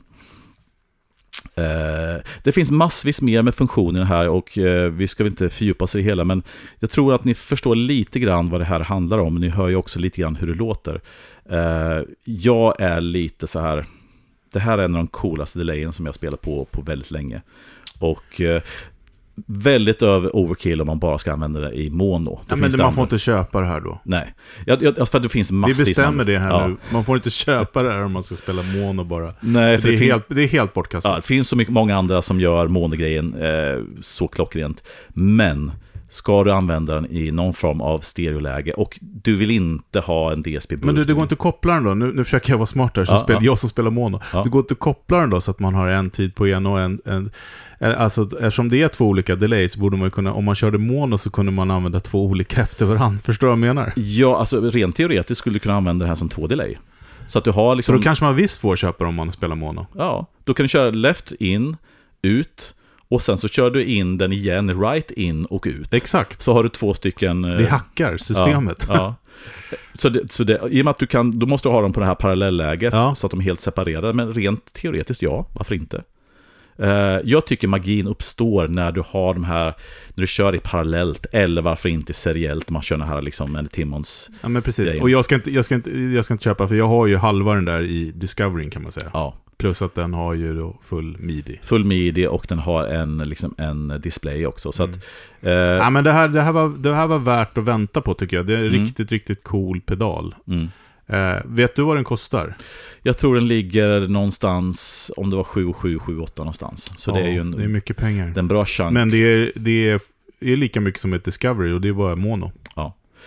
Uh, det finns massvis mer med funktioner här och uh, vi ska inte fördjupa oss i det hela, men jag tror att ni förstår lite grann vad det här handlar om. Ni hör ju också lite grann hur det låter. Uh, jag är lite så här, det här är en av de coolaste delayen som jag spelar på på väldigt länge. Och uh, väldigt över overkill om man bara ska använda det i mono. Ja, men det, man får inte köpa det här då. Nej. Jag, jag, för att det finns massvis. Vi bestämmer det här ja. nu. Man får inte köpa det här om man ska spela mono bara. Nej, för det, är det, helt, det är helt bortkastat. Ja, det finns så mycket, många andra som gör monogrejen eh, så klockrent. Men ska du använda den i någon form av stereoläge och du vill inte ha en D S P-burk. Men du, det går inte att koppla den då. Nu, nu försöker jag vara smart här, så ja, spel, ja. jag som spelar mono. Ja. Det går inte att koppla den då så att man har en tid på en och en... en alltså, eftersom det är två olika delays borde man kunna, om man körde mono så kunde man använda två olika efter varandra. Förstår du vad jag menar? Ja, alltså rent teoretiskt skulle du kunna använda det här som två delay. Så att du har liksom... Så då kanske man visst får köpa om man spelar mono. Ja, då kan du köra left in, ut, och sen så kör du in den igen, right in och ut. Exakt. Så har du två stycken... Det hackar systemet. Ja, ja. Så, det, så det, i och med att du kan, då måste du ha dem på det här parallellläget, ja, så att de är helt separerade. Men rent teoretiskt, ja, varför inte? Uh, jag tycker magin uppstår när du har de här, när du kör i parallellt, eller varför inte seriellt, man kör den här liksom en Timmons. Ja, men precis. Grejen. Och jag ska, inte, jag, ska inte, jag ska inte köpa, för jag har ju halva den där i Discovering, kan man säga. Ja. Plus att den har ju då full midi. Full midi, och den har en, liksom en display också. Så mm. att, uh, ja, men det här, det, här var, det här var värt att vänta på, tycker jag. Det är en mm. riktigt, riktigt cool pedal. Mm. Uh, vet du vad den kostar? Jag tror den ligger någonstans, om det var sju sju sju åtta någonstans. Så ja, det är ju en, det är mycket pengar. Det är en bra chans. Men det är, det är, är lika mycket som ett Discovery, och det är bara mono. Ja.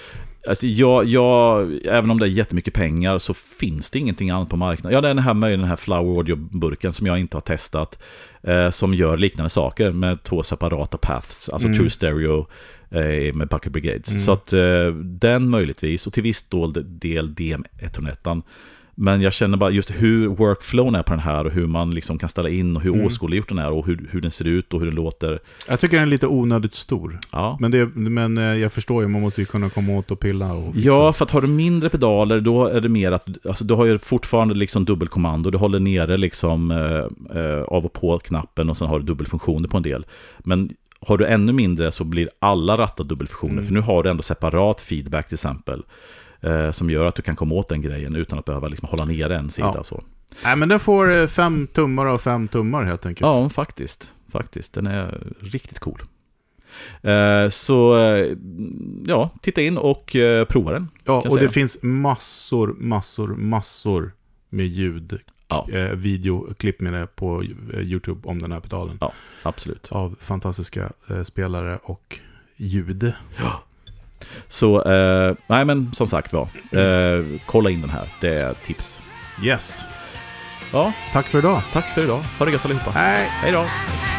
Alltså jag, jag, även om det är jättemycket pengar så finns det ingenting annat på marknaden. Ja, det är den här, den här Flower Audio-burken som jag inte har testat, eh, som gör liknande saker med två separata paths, alltså mm. True Stereo eh, med Bucket Brigades. Mm. Så att eh, den möjligtvis, och till viss del D M etthundraett. Men jag känner bara just hur workflowen är på den här och hur man liksom kan ställa in och hur mm. åskådliggjort den är och hur, hur den ser ut och hur den låter. Jag tycker den är lite onödigt stor. Ja. Men, det, men jag förstår ju, man måste ju kunna komma åt och pilla och fixa. Ja, för att har du mindre pedaler då är det mer att alltså, du har ju fortfarande liksom dubbelkommando. Du håller nere liksom eh, eh, av och på knappen och sen har du dubbelfunktioner på en del. Men har du ännu mindre så blir alla rattar dubbelfunktioner. Mm. För nu har du ändå separat feedback till exempel. Som gör att du kan komma åt den grejen utan att behöva liksom hålla ner en sida. Ja. Så. Nej, men den får fem tummar och fem tummar helt enkelt. Ja, faktiskt. faktiskt. Den är riktigt cool. Så ja, titta in och prova den. Ja, och säga. Det finns massor, massor, massor med ljud, ja. videoklipp med det på YouTube om den här pedalen. Ja, absolut. Av fantastiska spelare och ljud. Ja. Så, eh, nej men som sagt var, eh, kolla in den här, det är tips. Yes. Ja, tack för idag. Tack för idag. Ha det gött allihopa. Hej. Hej då.